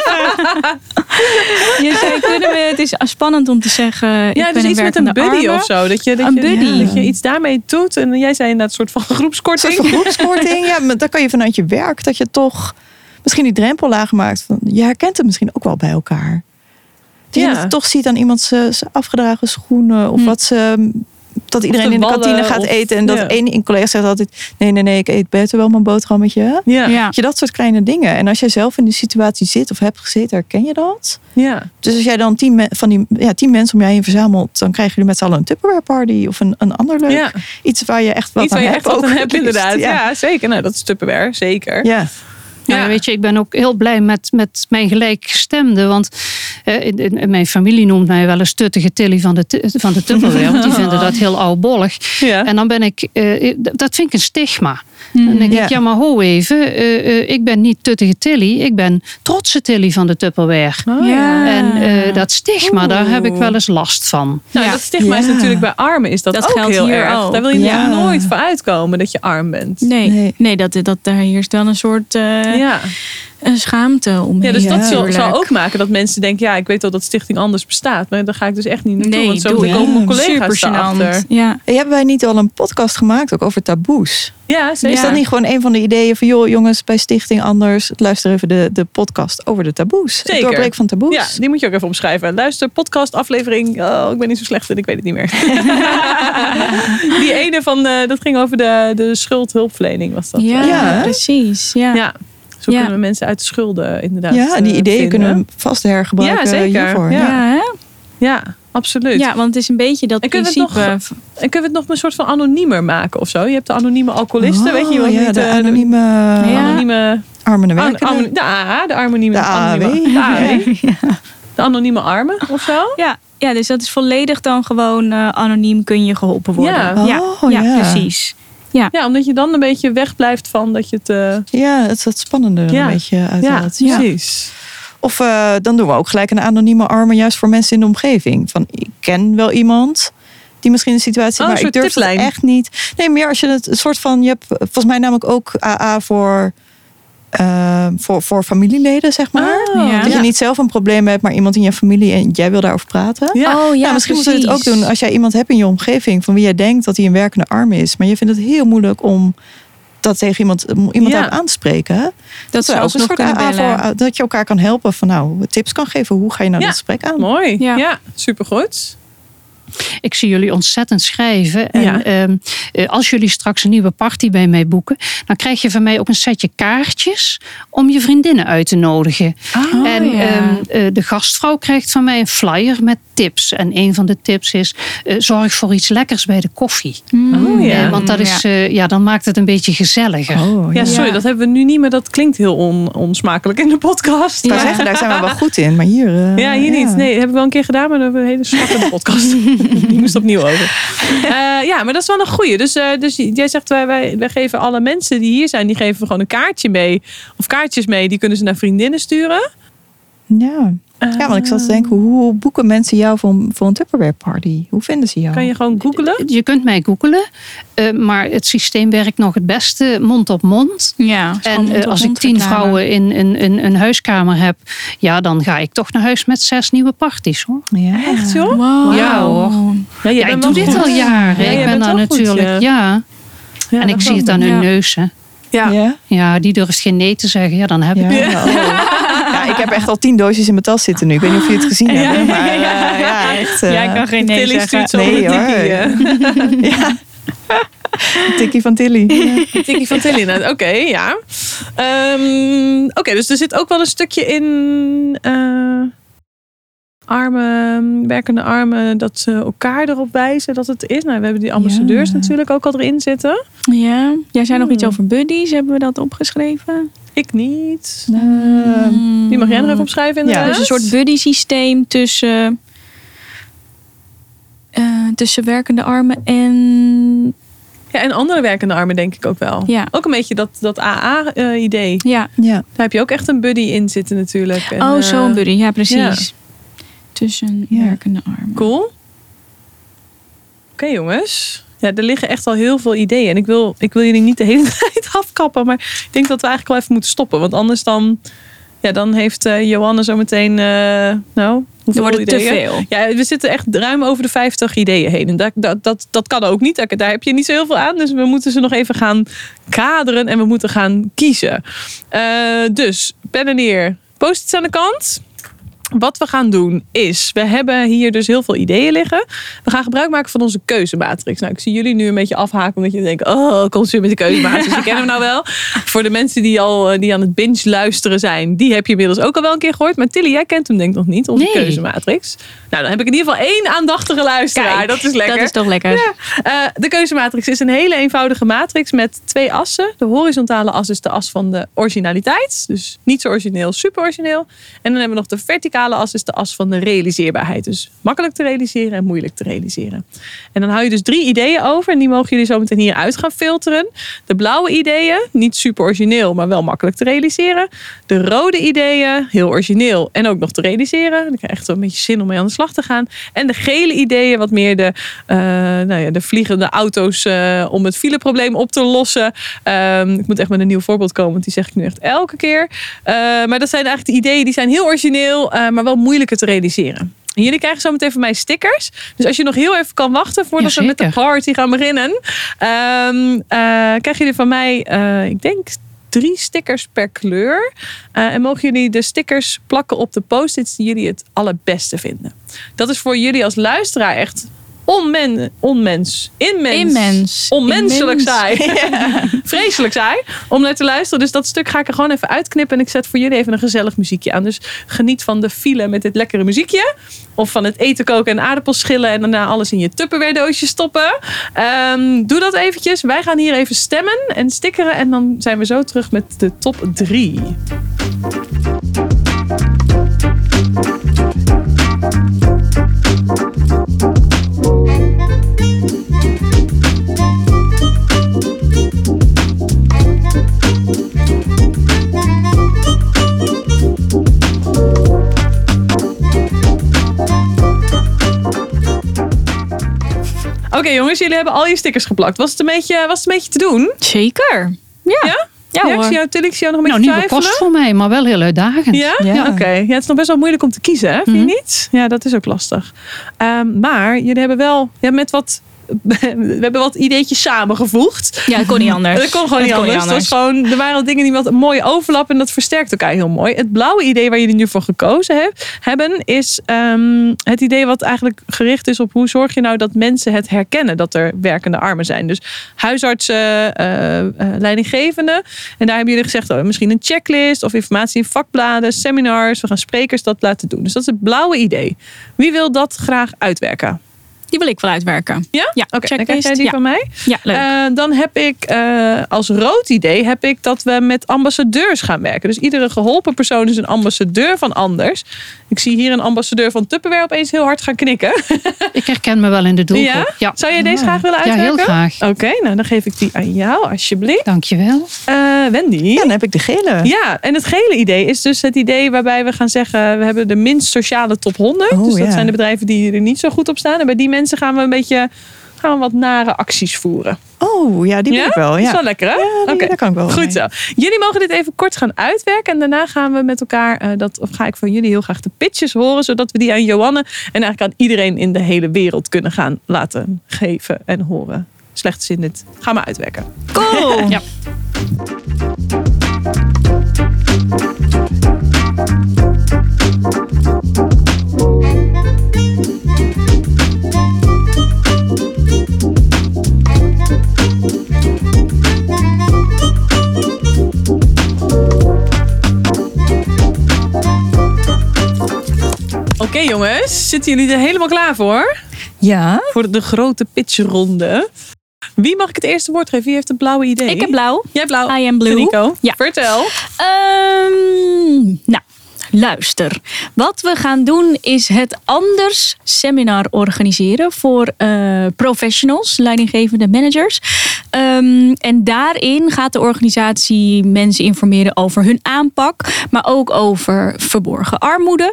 Je zei, kunnen we, het is spannend om te zeggen. Ja, ik dus ben een iets met een werkende buddy arme. of zo. Dat je, dat, Een je, buddy. ja, dat je iets daarmee doet. En jij zei inderdaad een soort van Een groepskorting. soort van groepskorting. Ja, maar dan kan je vanuit je werk dat je toch misschien die drempel laag maakt. Van, je herkent het misschien ook wel bij elkaar. Dat je Ja. het toch ziet aan iemand zijn afgedragen schoenen. Of Hm. wat ze... Dat iedereen de in de wallen, kantine gaat of- eten. En dat ja. één collega zegt altijd... Nee, nee, nee, ik eet beter wel mijn boterhammetje. Ja. Ja. Dat je dat soort kleine dingen. En als jij zelf in die situatie zit of hebt gezeten, herken je dat? Ja. Dus als jij dan tien, me- van die, ja, tien mensen om je heen verzamelt... dan krijgen jullie met z'n allen een Tupperware party. Of een, een ander leuk. Ja. Iets waar je echt wat Iets aan waar je hebt. echt wat ook aan hebt, het liefst. inderdaad. Ja. Ja. zeker. Nou, dat is Tupperware, zeker. Ja. Ja, Ja. weet je, ik ben ook heel blij met, met mijn gelijkgestemden. Want eh, in, in mijn familie noemt mij wel eens tuttige Tilly van de, tu- van de Tupperware. Want die vinden dat heel oudbollig. Ja. En dan ben ik, eh, dat vind ik een stigma. Dan denk Ja. ik, ja maar ho even. eh, eh, ik ben niet tuttige Tilly. Ik ben trotse Tilly van de Tupperware. Oh, Ja. En eh, dat stigma, daar heb ik wel eens last van. Nou, Ja. dat stigma is Ja. natuurlijk bij armen is dat, Dat ook geldt heel hier erg. ook. Daar wil je Ja. nooit voor uitkomen dat je arm bent. Nee, nee. Nee. dat, dat, daar heerst dan een soort uh, Ja. een schaamte omheen. Ja, dus dat zal, natuurlijk. zal ook maken dat mensen denken... ja, ik weet wel dat Stichting Anders bestaat... maar daar ga ik dus echt niet naartoe. Nee, want zo doe komen je. mijn collega's Super erachter. gênant. Ja. Hey, hebben wij niet al een podcast gemaakt ook over taboes? Ja, zeker. Is dat niet gewoon een van de ideeën van... joh jongens, bij Stichting Anders... luister even de, de podcast over de taboes. Het Zeker. doorbreken van taboes. Ja, die moet je ook even opschrijven. Luister, podcast, aflevering. Oh, ik ben niet zo slecht en ik weet het niet meer. Die ene van, de, dat ging over de, de schuldhulpverlening was dat. Ja, Ja, hè? precies. Ja. Ja. Zo Ja. kunnen we mensen uit de schulden inderdaad Ja, en die eh, ideeën vinden. kunnen we vast hergebruiken Ja, zeker. hiervoor. Ja. Ja, hè? Ja, absoluut. Ja, want het is een beetje dat En kunnen we het principe. En kunnen we het nog een soort van anoniemer maken of zo? Je hebt de anonieme alcoholisten, Oh, weet je wel? ja, niet, de eh, anonieme de Ja. anonieme... armen en An, werkenden. anoniem- de A A, de anonieme... De A A W. anonieme- de A A W. De anonieme armen of zo? Ja, ja, dus dat is volledig dan gewoon uh, anoniem kun je geholpen worden. Ja. ja, Oh, ja, ja. precies. Ja, omdat je dan een beetje wegblijft van dat je het... eh, Ja, het is het spannende er Ja. een beetje ja, uithaalt. precies. Of uh, dan doen we ook gelijk een anonieme armen juist voor mensen in de omgeving. Van, ik ken wel iemand die misschien in een situatie zit, Oh, een maar ik soort durf het tiplijn. echt niet. Nee, meer als je het een soort van... Je hebt volgens mij namelijk ook A A voor uh, voor, voor familieleden, zeg maar. Oh, Ja. Dat je niet zelf een probleem hebt, maar iemand in je familie en jij wil daarover praten. Ja. Oh ja, Nou, misschien precies. moet je het ook doen als jij iemand hebt in je omgeving van wie jij denkt dat hij een werkende arm is. Maar je vindt het heel moeilijk om dat tegen iemand, iemand Ja. daarop aan te spreken. Dat ze ze ook ook een nog soort kunnen A- bellen. voor, dat je elkaar kan helpen van nou, tips kan geven. Hoe ga je nou Ja. dat gesprek aan? Mooi. Ja, Ja. supergoed. Ik zie jullie ontzettend schrijven. En Ja. ehm, eh, als jullie straks een nieuwe party bij mij boeken, dan krijg je van mij ook een setje kaartjes om je vriendinnen uit te nodigen. Oh, en ja. ehm, eh, de gastvrouw krijgt van mij een flyer met tips. En een van de tips is: eh, zorg voor iets lekkers bij de koffie. Oh, ja. Eh, want dat is, Ja. eh, ja, dan maakt het een beetje gezelliger. Oh, Ja, ja. sorry, Ja. dat hebben we nu niet, maar dat klinkt heel on, onsmakelijk in de podcast. Ik wou Ja. zeggen, daar zijn we wel goed in. Maar hier... uh, Ja, hier niet. Nee, heb ik wel een keer gedaan, maar dat hebben we een hele zwakke podcast. Die moest opnieuw over. Uh, ja, maar dat is wel een goeie. Dus, uh, dus jij zegt, wij, wij, wij geven alle mensen die hier zijn, die geven we gewoon een kaartje mee. Of kaartjes mee, die kunnen ze naar vriendinnen sturen. Ja. ja, want ik zat te denken, hoe boeken mensen jou voor, een- voor een Tupperware party? Hoe vinden ze jou? Kan je gewoon googlen? Je kunt mij googelen, eh, maar het systeem werkt nog het beste mond op mond. Ja, is gewoon En eh, mond op als ik mond tien reclame. vrouwen in een, een, een huiskamer heb, ja, dan ga ik toch naar huis met zes nieuwe parties, hoor. Ja. Echt, joh? Wow. Ja, hoor. Ja, jij Ja, ik bent doe wel dit goed. al jaren. Ja, jij ik bent ben daar wel goed, natuurlijk, ja. ja. Ja, En ik dat zie wel. het aan hun Ja. neuzen. Ja. Ja? Ja, die durft geen nee te zeggen. Ja, dan heb ik Ja. het. Oh. Ja, ik heb echt al tien doosjes in mijn tas zitten nu. Ik weet niet of jullie het gezien Ja, hebben. Maar ja, ja. uh, ja, echt. uh, Jij kan geen nee Tilly zeggen. stuurt zo Nee, een hoor. tikkie. uh. ja. Een tikkie van Tilly. Een tikkie van Tilly. Nou, Oké, ja. Ehm, Oké, dus er zit ook wel een stukje in uh, armen, werkende armen, dat ze elkaar erop wijzen dat het is. Nou, we hebben die ambassadeurs Ja. natuurlijk ook al erin zitten. Ja, jij zei nog Hmm. iets over buddies. Hebben we dat opgeschreven? Ik niet. Hmm. Die mag jij nog even opschrijven inderdaad. Dus een soort buddy systeem tussen, uh, tussen werkende armen en... Ja, en andere werkende armen denk ik ook wel. Ja. Ook een beetje dat, dat A A-idee. Ja. Ja. Daar heb je ook echt een buddy in zitten natuurlijk. En, Oh, eh, zo'n buddy. Ja, precies. ja. Tussen Ja. werkende armen. Cool. Oké jongens. Ja, er liggen echt al heel veel ideeën. En ik wil, ik wil jullie niet de hele tijd afkappen. Maar ik denk dat we eigenlijk wel even moeten stoppen. Want anders dan, ja, dan heeft uh, Johanne zo meteen... Uh, nou, hoeveel wordt het te ideeën? veel. Ja, we zitten echt ruim over de vijftig ideeën heen. En dat, dat, dat, dat kan ook niet. Daar, daar heb je niet zo heel veel aan. Dus we moeten ze nog even gaan kaderen. En we moeten gaan kiezen. Uh, dus, pen en neer. Post-its aan de kant. Wat we gaan doen is, we hebben hier dus heel veel ideeën liggen. We gaan gebruik maken van onze keuzematrix. Nou, ik zie jullie nu een beetje afhaken omdat je denkt, oh, kom ze met de keuzematrix. Je kent hem nou wel. Voor de mensen die al die aan het binge luisteren zijn, die heb je inmiddels ook al wel een keer gehoord. Maar Tilly, jij kent hem denk ik nog niet, onze Nee. keuzematrix. Nou, dan heb ik in ieder geval één aandachtige luisteraar. Kijk, dat is lekker. Dat is toch lekker. Ja. Uh, de keuzematrix is een hele eenvoudige matrix met twee assen. De horizontale as is de as van de originaliteit. Dus niet zo origineel, super origineel. En dan hebben we nog de verticale as is de as van de realiseerbaarheid. Dus makkelijk te realiseren en moeilijk te realiseren. En dan hou je dus drie ideeën over. En die mogen jullie zo meteen hieruit gaan filteren. De blauwe ideeën, niet super origineel, maar wel makkelijk te realiseren. De rode ideeën, heel origineel en ook nog te realiseren. Dan krijg je echt wel een beetje zin om mee aan de slag te gaan. En de gele ideeën, wat meer de, uh, nou ja, de vliegende auto's uh, om het fileprobleem op te lossen. Um, ik moet echt met een nieuw voorbeeld komen, want die zeg ik nu echt elke keer. Uh, maar dat zijn eigenlijk de ideeën die zijn heel origineel, uh, maar wel moeilijker te realiseren. En jullie krijgen zo meteen van mij stickers. Dus als je nog heel even kan wachten voordat Ja, we met de zeker. party gaan beginnen. Um, uh, krijgen jullie van mij, uh, ik denk drie stickers per kleur. Uh, en mogen jullie de stickers plakken op de post-its die jullie het allerbeste vinden. Dat is voor jullie als luisteraar echt onmen, onmens, immens, Immens. onmenselijk Immens. saai. Vreselijk saai om naar te luisteren. Dus dat stuk ga ik er gewoon even uitknippen. En ik zet voor jullie even een gezellig muziekje aan. Dus geniet van de file met dit lekkere muziekje. Of van het eten koken en aardappels schillen. En daarna alles in je Tupperware doosje stoppen. Um, doe dat eventjes. Wij gaan hier even stemmen en stickeren. En dan zijn we zo terug met de top drie. Oké okay, jongens, jullie hebben al je stickers geplakt. Was het een beetje, was het een beetje te doen? Zeker. Ja. Ja? Ja, hoor. ik zie jou, Tilly, ik zie jou nog een Nou, beetje nieuwe twijfelen. kost voor mij, maar wel heel uitdagend. Ja? Ja. Ja. Oké. Ja, het is nog best wel moeilijk om te kiezen, hè? Vind je Mhm. niet? Ja, dat is ook lastig. Um, maar jullie hebben wel ja, met wat... We hebben wat ideetjes samengevoegd. Ja, dat kon niet anders. Dat kon gewoon Het niet anders. Het was gewoon, er waren al dingen die wat mooi overlappen en dat versterkt elkaar heel mooi. Het blauwe idee waar jullie nu voor gekozen heb, hebben is um, het idee wat eigenlijk gericht is op hoe zorg je nou dat mensen het herkennen dat er werkende armen zijn. Dus huisartsen, uh, uh, leidinggevenden. En daar hebben jullie gezegd oh, misschien een checklist of informatie in vakbladen, seminars. We gaan sprekers dat laten doen. Dus dat is het blauwe idee. Wie wil dat graag uitwerken? Die wil ik wel uitwerken. Ja? Ja, Oké, dan checklist. krijg jij die Ja. van mij. Ja, leuk. Uh, dan heb ik uh, als rood idee heb ik dat we met ambassadeurs gaan werken. Dus iedere geholpen persoon is een ambassadeur van anders. Ik zie hier een ambassadeur van Tupperware opeens heel hard gaan knikken. Ik herken me wel in de doelgroep. Ja? Ja, Zou jij deze graag willen ja uitwerken? heel graag. Oké, nou dan geef ik die aan jou alsjeblieft. Dankjewel. Uh, Wendy? Ja, dan heb ik de gele. Ja, en het gele idee is dus het idee waarbij we gaan zeggen... we hebben de minst sociale top honderd. Oh, dus dat ja. zijn de bedrijven die er niet zo goed op staan. En bij die mensen gaan we een beetje gaan we wat nare acties voeren. Oh, ja, die ben Ja? ik wel. Dat is Ja, wel lekker, hè? ja die, Oké. daar kan ik wel Goed mee. zo. Jullie mogen dit even kort gaan uitwerken. En daarna gaan we met elkaar, uh, dat, of ga ik van jullie heel graag de pitches horen. Zodat we die aan Joanne en eigenlijk aan iedereen in de hele wereld kunnen gaan laten geven en horen. Slechte zin dit. Ga maar uitwerken. Cool. Ja. Oké jongens, zitten jullie er helemaal klaar voor? Ja, Voor de grote pitchronde. Wie mag ik het eerste woord geven? Wie heeft het blauwe idee? Ik heb blauw. Jij blauw. I am blue. Nico, Ja. vertel. Ehm, nou, luister. Wat we gaan doen is het Anders seminar organiseren voor uh, professionals, leidinggevende managers. Um, en daarin gaat de organisatie mensen informeren over hun aanpak, maar ook over verborgen armoede.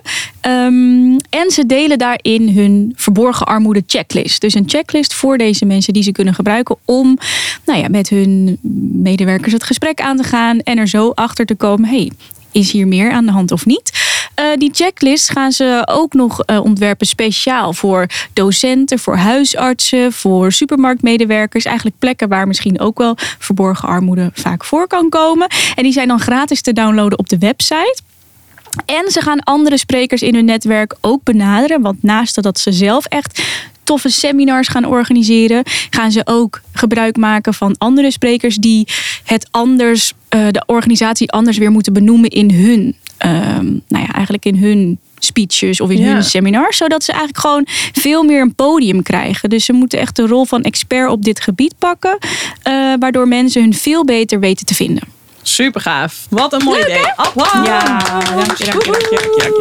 Um, en ze delen daarin hun verborgen armoede checklist. Dus een checklist voor deze mensen die ze kunnen gebruiken om nou ja, met hun medewerkers het gesprek aan te gaan en er zo achter te komen, hey, is hier meer aan de hand of niet? Uh, die checklist gaan ze ook nog uh, ontwerpen speciaal voor docenten, voor huisartsen, voor supermarktmedewerkers. Eigenlijk plekken waar misschien ook wel verborgen armoede vaak voor kan komen. En die zijn dan gratis te downloaden op de website. En ze gaan andere sprekers in hun netwerk ook benaderen. Want naast dat ze zelf echt toffe seminars gaan organiseren, gaan ze ook gebruik maken van andere sprekers die het anders, uh, de organisatie anders weer moeten benoemen in hun, um, nou ja, eigenlijk in hun speeches of in Ja. hun seminars. Zodat ze eigenlijk gewoon veel meer een podium krijgen. Dus ze moeten echt de rol van expert op dit gebied pakken. Uh, waardoor mensen hun veel beter weten te vinden. Super gaaf. Wat een mooi idee. Applaus. Ja, dank je, dank je, dank je, dank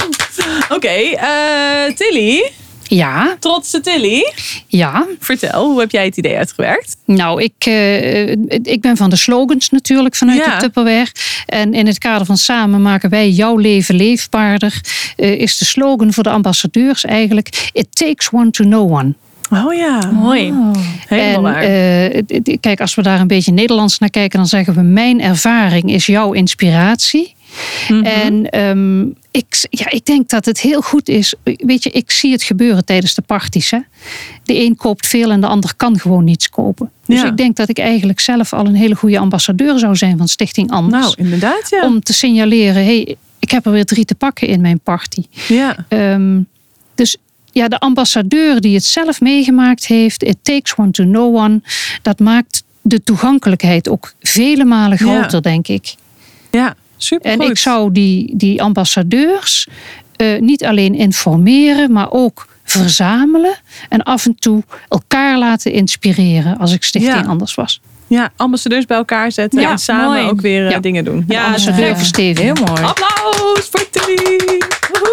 je. Oké, okay, uh, Tilly. Ja, Trotse Tilly. ja. Vertel, hoe heb jij het idee uitgewerkt? Nou, ik, uh, ik ben van de slogans natuurlijk vanuit Ja. de Tupperware. En in het kader van Samen maken wij jouw leven leefbaarder, Uh, is de slogan voor de ambassadeurs eigenlijk: It takes one to know one. Oh ja. Mooi. Helemaal En waar. uh, kijk, als we daar een beetje Nederlands naar kijken, dan zeggen we: mijn ervaring is jouw inspiratie. Mm-hmm. En um, ik, ja, ik denk dat het heel goed is. Weet je, ik zie het gebeuren tijdens de parties. Hè? De een koopt veel en de ander kan gewoon niets kopen. Dus Ja. ik denk dat ik eigenlijk zelf al een hele goede ambassadeur zou zijn van Stichting Anders. Nou, inderdaad, ja. Om te signaleren: hey, ik heb er weer drie te pakken in mijn party. Ja. Um, dus ja, de ambassadeur die het zelf meegemaakt heeft, it takes one to know one, dat maakt de toegankelijkheid ook vele malen groter, Ja. denk ik. Ja, super En ik zou die, die ambassadeurs uh, niet alleen informeren, maar ook verzamelen en af en toe elkaar laten inspireren als ik Stichting Ja. Anders was. Ja, ambassadeurs bij elkaar zetten Ja, en samen mooi. ook weer uh, Ja. dingen doen. Ja, Ja, anders te een gek. leuke stevige. heel mooi. Applaus voor Tilly. Woehoe.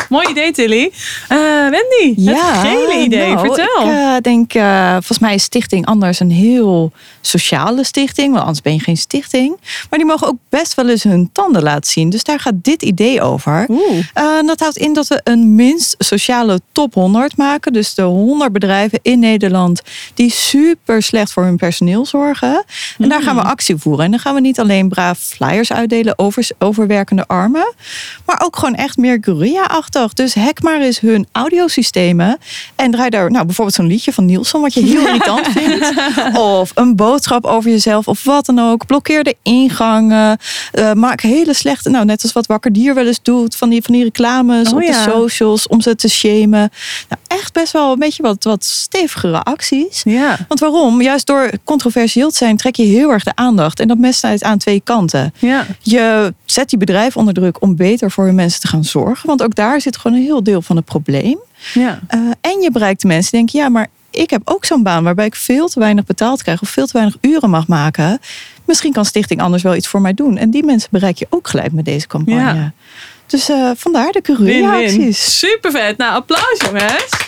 Mooi idee, Tilly. Uh, Wendy, Ja, het gele idee. nou, Vertel. Ik uh, denk, uh, volgens mij is Stichting Anders een heel sociale stichting. Want anders ben je geen stichting. Maar die mogen ook best wel eens hun tanden laten zien. Dus daar gaat dit idee over. Oeh. Uh, dat houdt in dat we een minst sociale top honderd maken. Dus de honderd bedrijven in Nederland die super slecht voor hun personeel zorgen. En daar gaan we actie voeren. En dan gaan we niet alleen braaf flyers uitdelen over, over werkende armen. Maar ook gewoon echt meer guerrilla-achtig. Dus hack maar eens hun audiosystemen. En draai daar nou, bijvoorbeeld zo'n liedje van Nielsen wat je heel irritant vindt. Of een boodschap over jezelf of wat dan ook. Blokkeer de ingangen. Uh, maak hele slechte, nou net als wat Wakker Dier wel eens doet. Van die, van die reclames Oh, op ja. de socials om ze te shamen. Nou, echt best wel een beetje wat, wat stevigere acties. Ja. Want waarom? Juist door controversieel te zijn trek je heel erg de aandacht. En dat mes uit aan twee kanten. Ja. Je zet die bedrijven onder druk om beter voor hun mensen te gaan zorgen. Want ook daar zit gewoon een heel deel van het probleem. Ja. Uh, en je bereikt de mensen die denken, ja, maar ik heb ook zo'n baan waarbij ik veel te weinig betaald krijg of veel te weinig uren mag maken. Misschien kan Stichting Anders wel iets voor mij doen. En die mensen bereik je ook gelijk met deze campagne. Ja. Dus uh, vandaar de guerrilla-acties. Super vet. Nou, applaus jongens.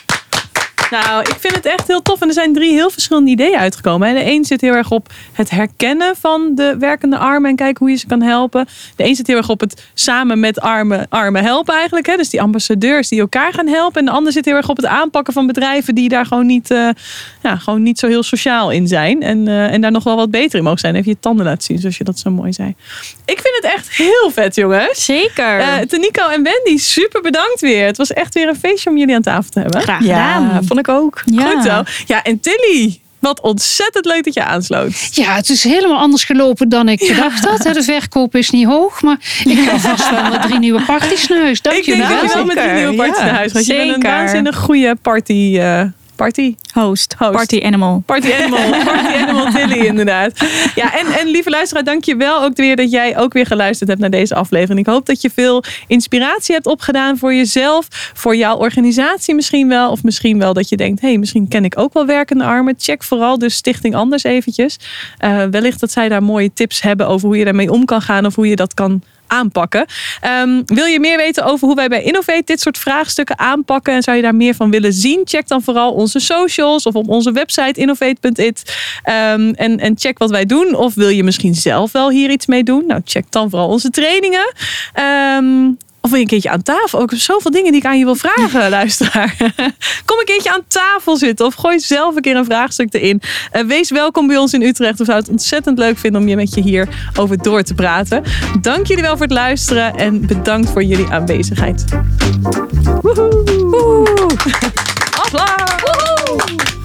Nou, ik vind het echt heel tof. En er zijn drie heel verschillende ideeën uitgekomen. En de een zit heel erg op het herkennen van de werkende armen en kijken hoe je ze kan helpen. De een zit heel erg op het samen met armen, armen helpen eigenlijk. Hè? Dus die ambassadeurs die elkaar gaan helpen. En de ander zit heel erg op het aanpakken van bedrijven die daar gewoon niet, uh, ja, gewoon niet zo heel sociaal in zijn. En, uh, en daar nog wel wat beter in mogen zijn. Even je tanden laten zien, zoals je dat zo mooi zei. Ik vind het echt heel vet, jongens. Zeker. Uh, Tanico en Wendy, super bedankt weer. Het was echt weer een feestje om jullie aan tafel te hebben. Graag gedaan. Ja, vond ik ook. Ja. Goed zo. Ja, en Tilly, wat ontzettend leuk dat je aansloot. Ja, het is helemaal anders gelopen dan ik gedacht had. De verkoop is niet hoog, maar ik ga vast wel met drie nieuwe partys naar huis. Dank Ik denk jullie dat je wel. wel met die nieuwe partys Ja, naar huis gaat. Je bent een zeker. waanzinnig goede party... Uh, party? Host. Host. Party animal. Party Animal. Party Animal Tilly, inderdaad. Ja, en, en lieve luisteraar, dank je wel ook weer dat jij ook weer geluisterd hebt naar deze aflevering. Ik hoop dat je veel inspiratie hebt opgedaan voor jezelf, voor jouw organisatie misschien wel. Of misschien wel dat je denkt, hé, hey, misschien ken ik ook wel werkende armen. Check vooral dus Stichting Anders eventjes. Uh, wellicht dat zij daar mooie tips hebben over hoe je daarmee om kan gaan of hoe je dat kan aanpakken. Um, wil je meer weten over hoe wij bij Innovate dit soort vraagstukken aanpakken en zou je daar meer van willen zien? Check dan vooral onze socials of op onze website innovate punt it um, en, en check wat wij doen. Of wil je misschien zelf wel hier iets mee doen? Nou, check dan vooral onze trainingen. Um, Of wil je een keertje aan tafel? Ook zoveel dingen die ik aan je wil vragen, luisteraar. Kom een keertje aan tafel zitten of gooi zelf een keer een vraagstuk erin. Uh, wees welkom bij ons in Utrecht. We zouden het ontzettend leuk vinden om je met je hier over door te praten. Dank jullie wel voor het luisteren en bedankt voor jullie aanwezigheid. Woehoe! Woehoe! Applaus! Woehoe!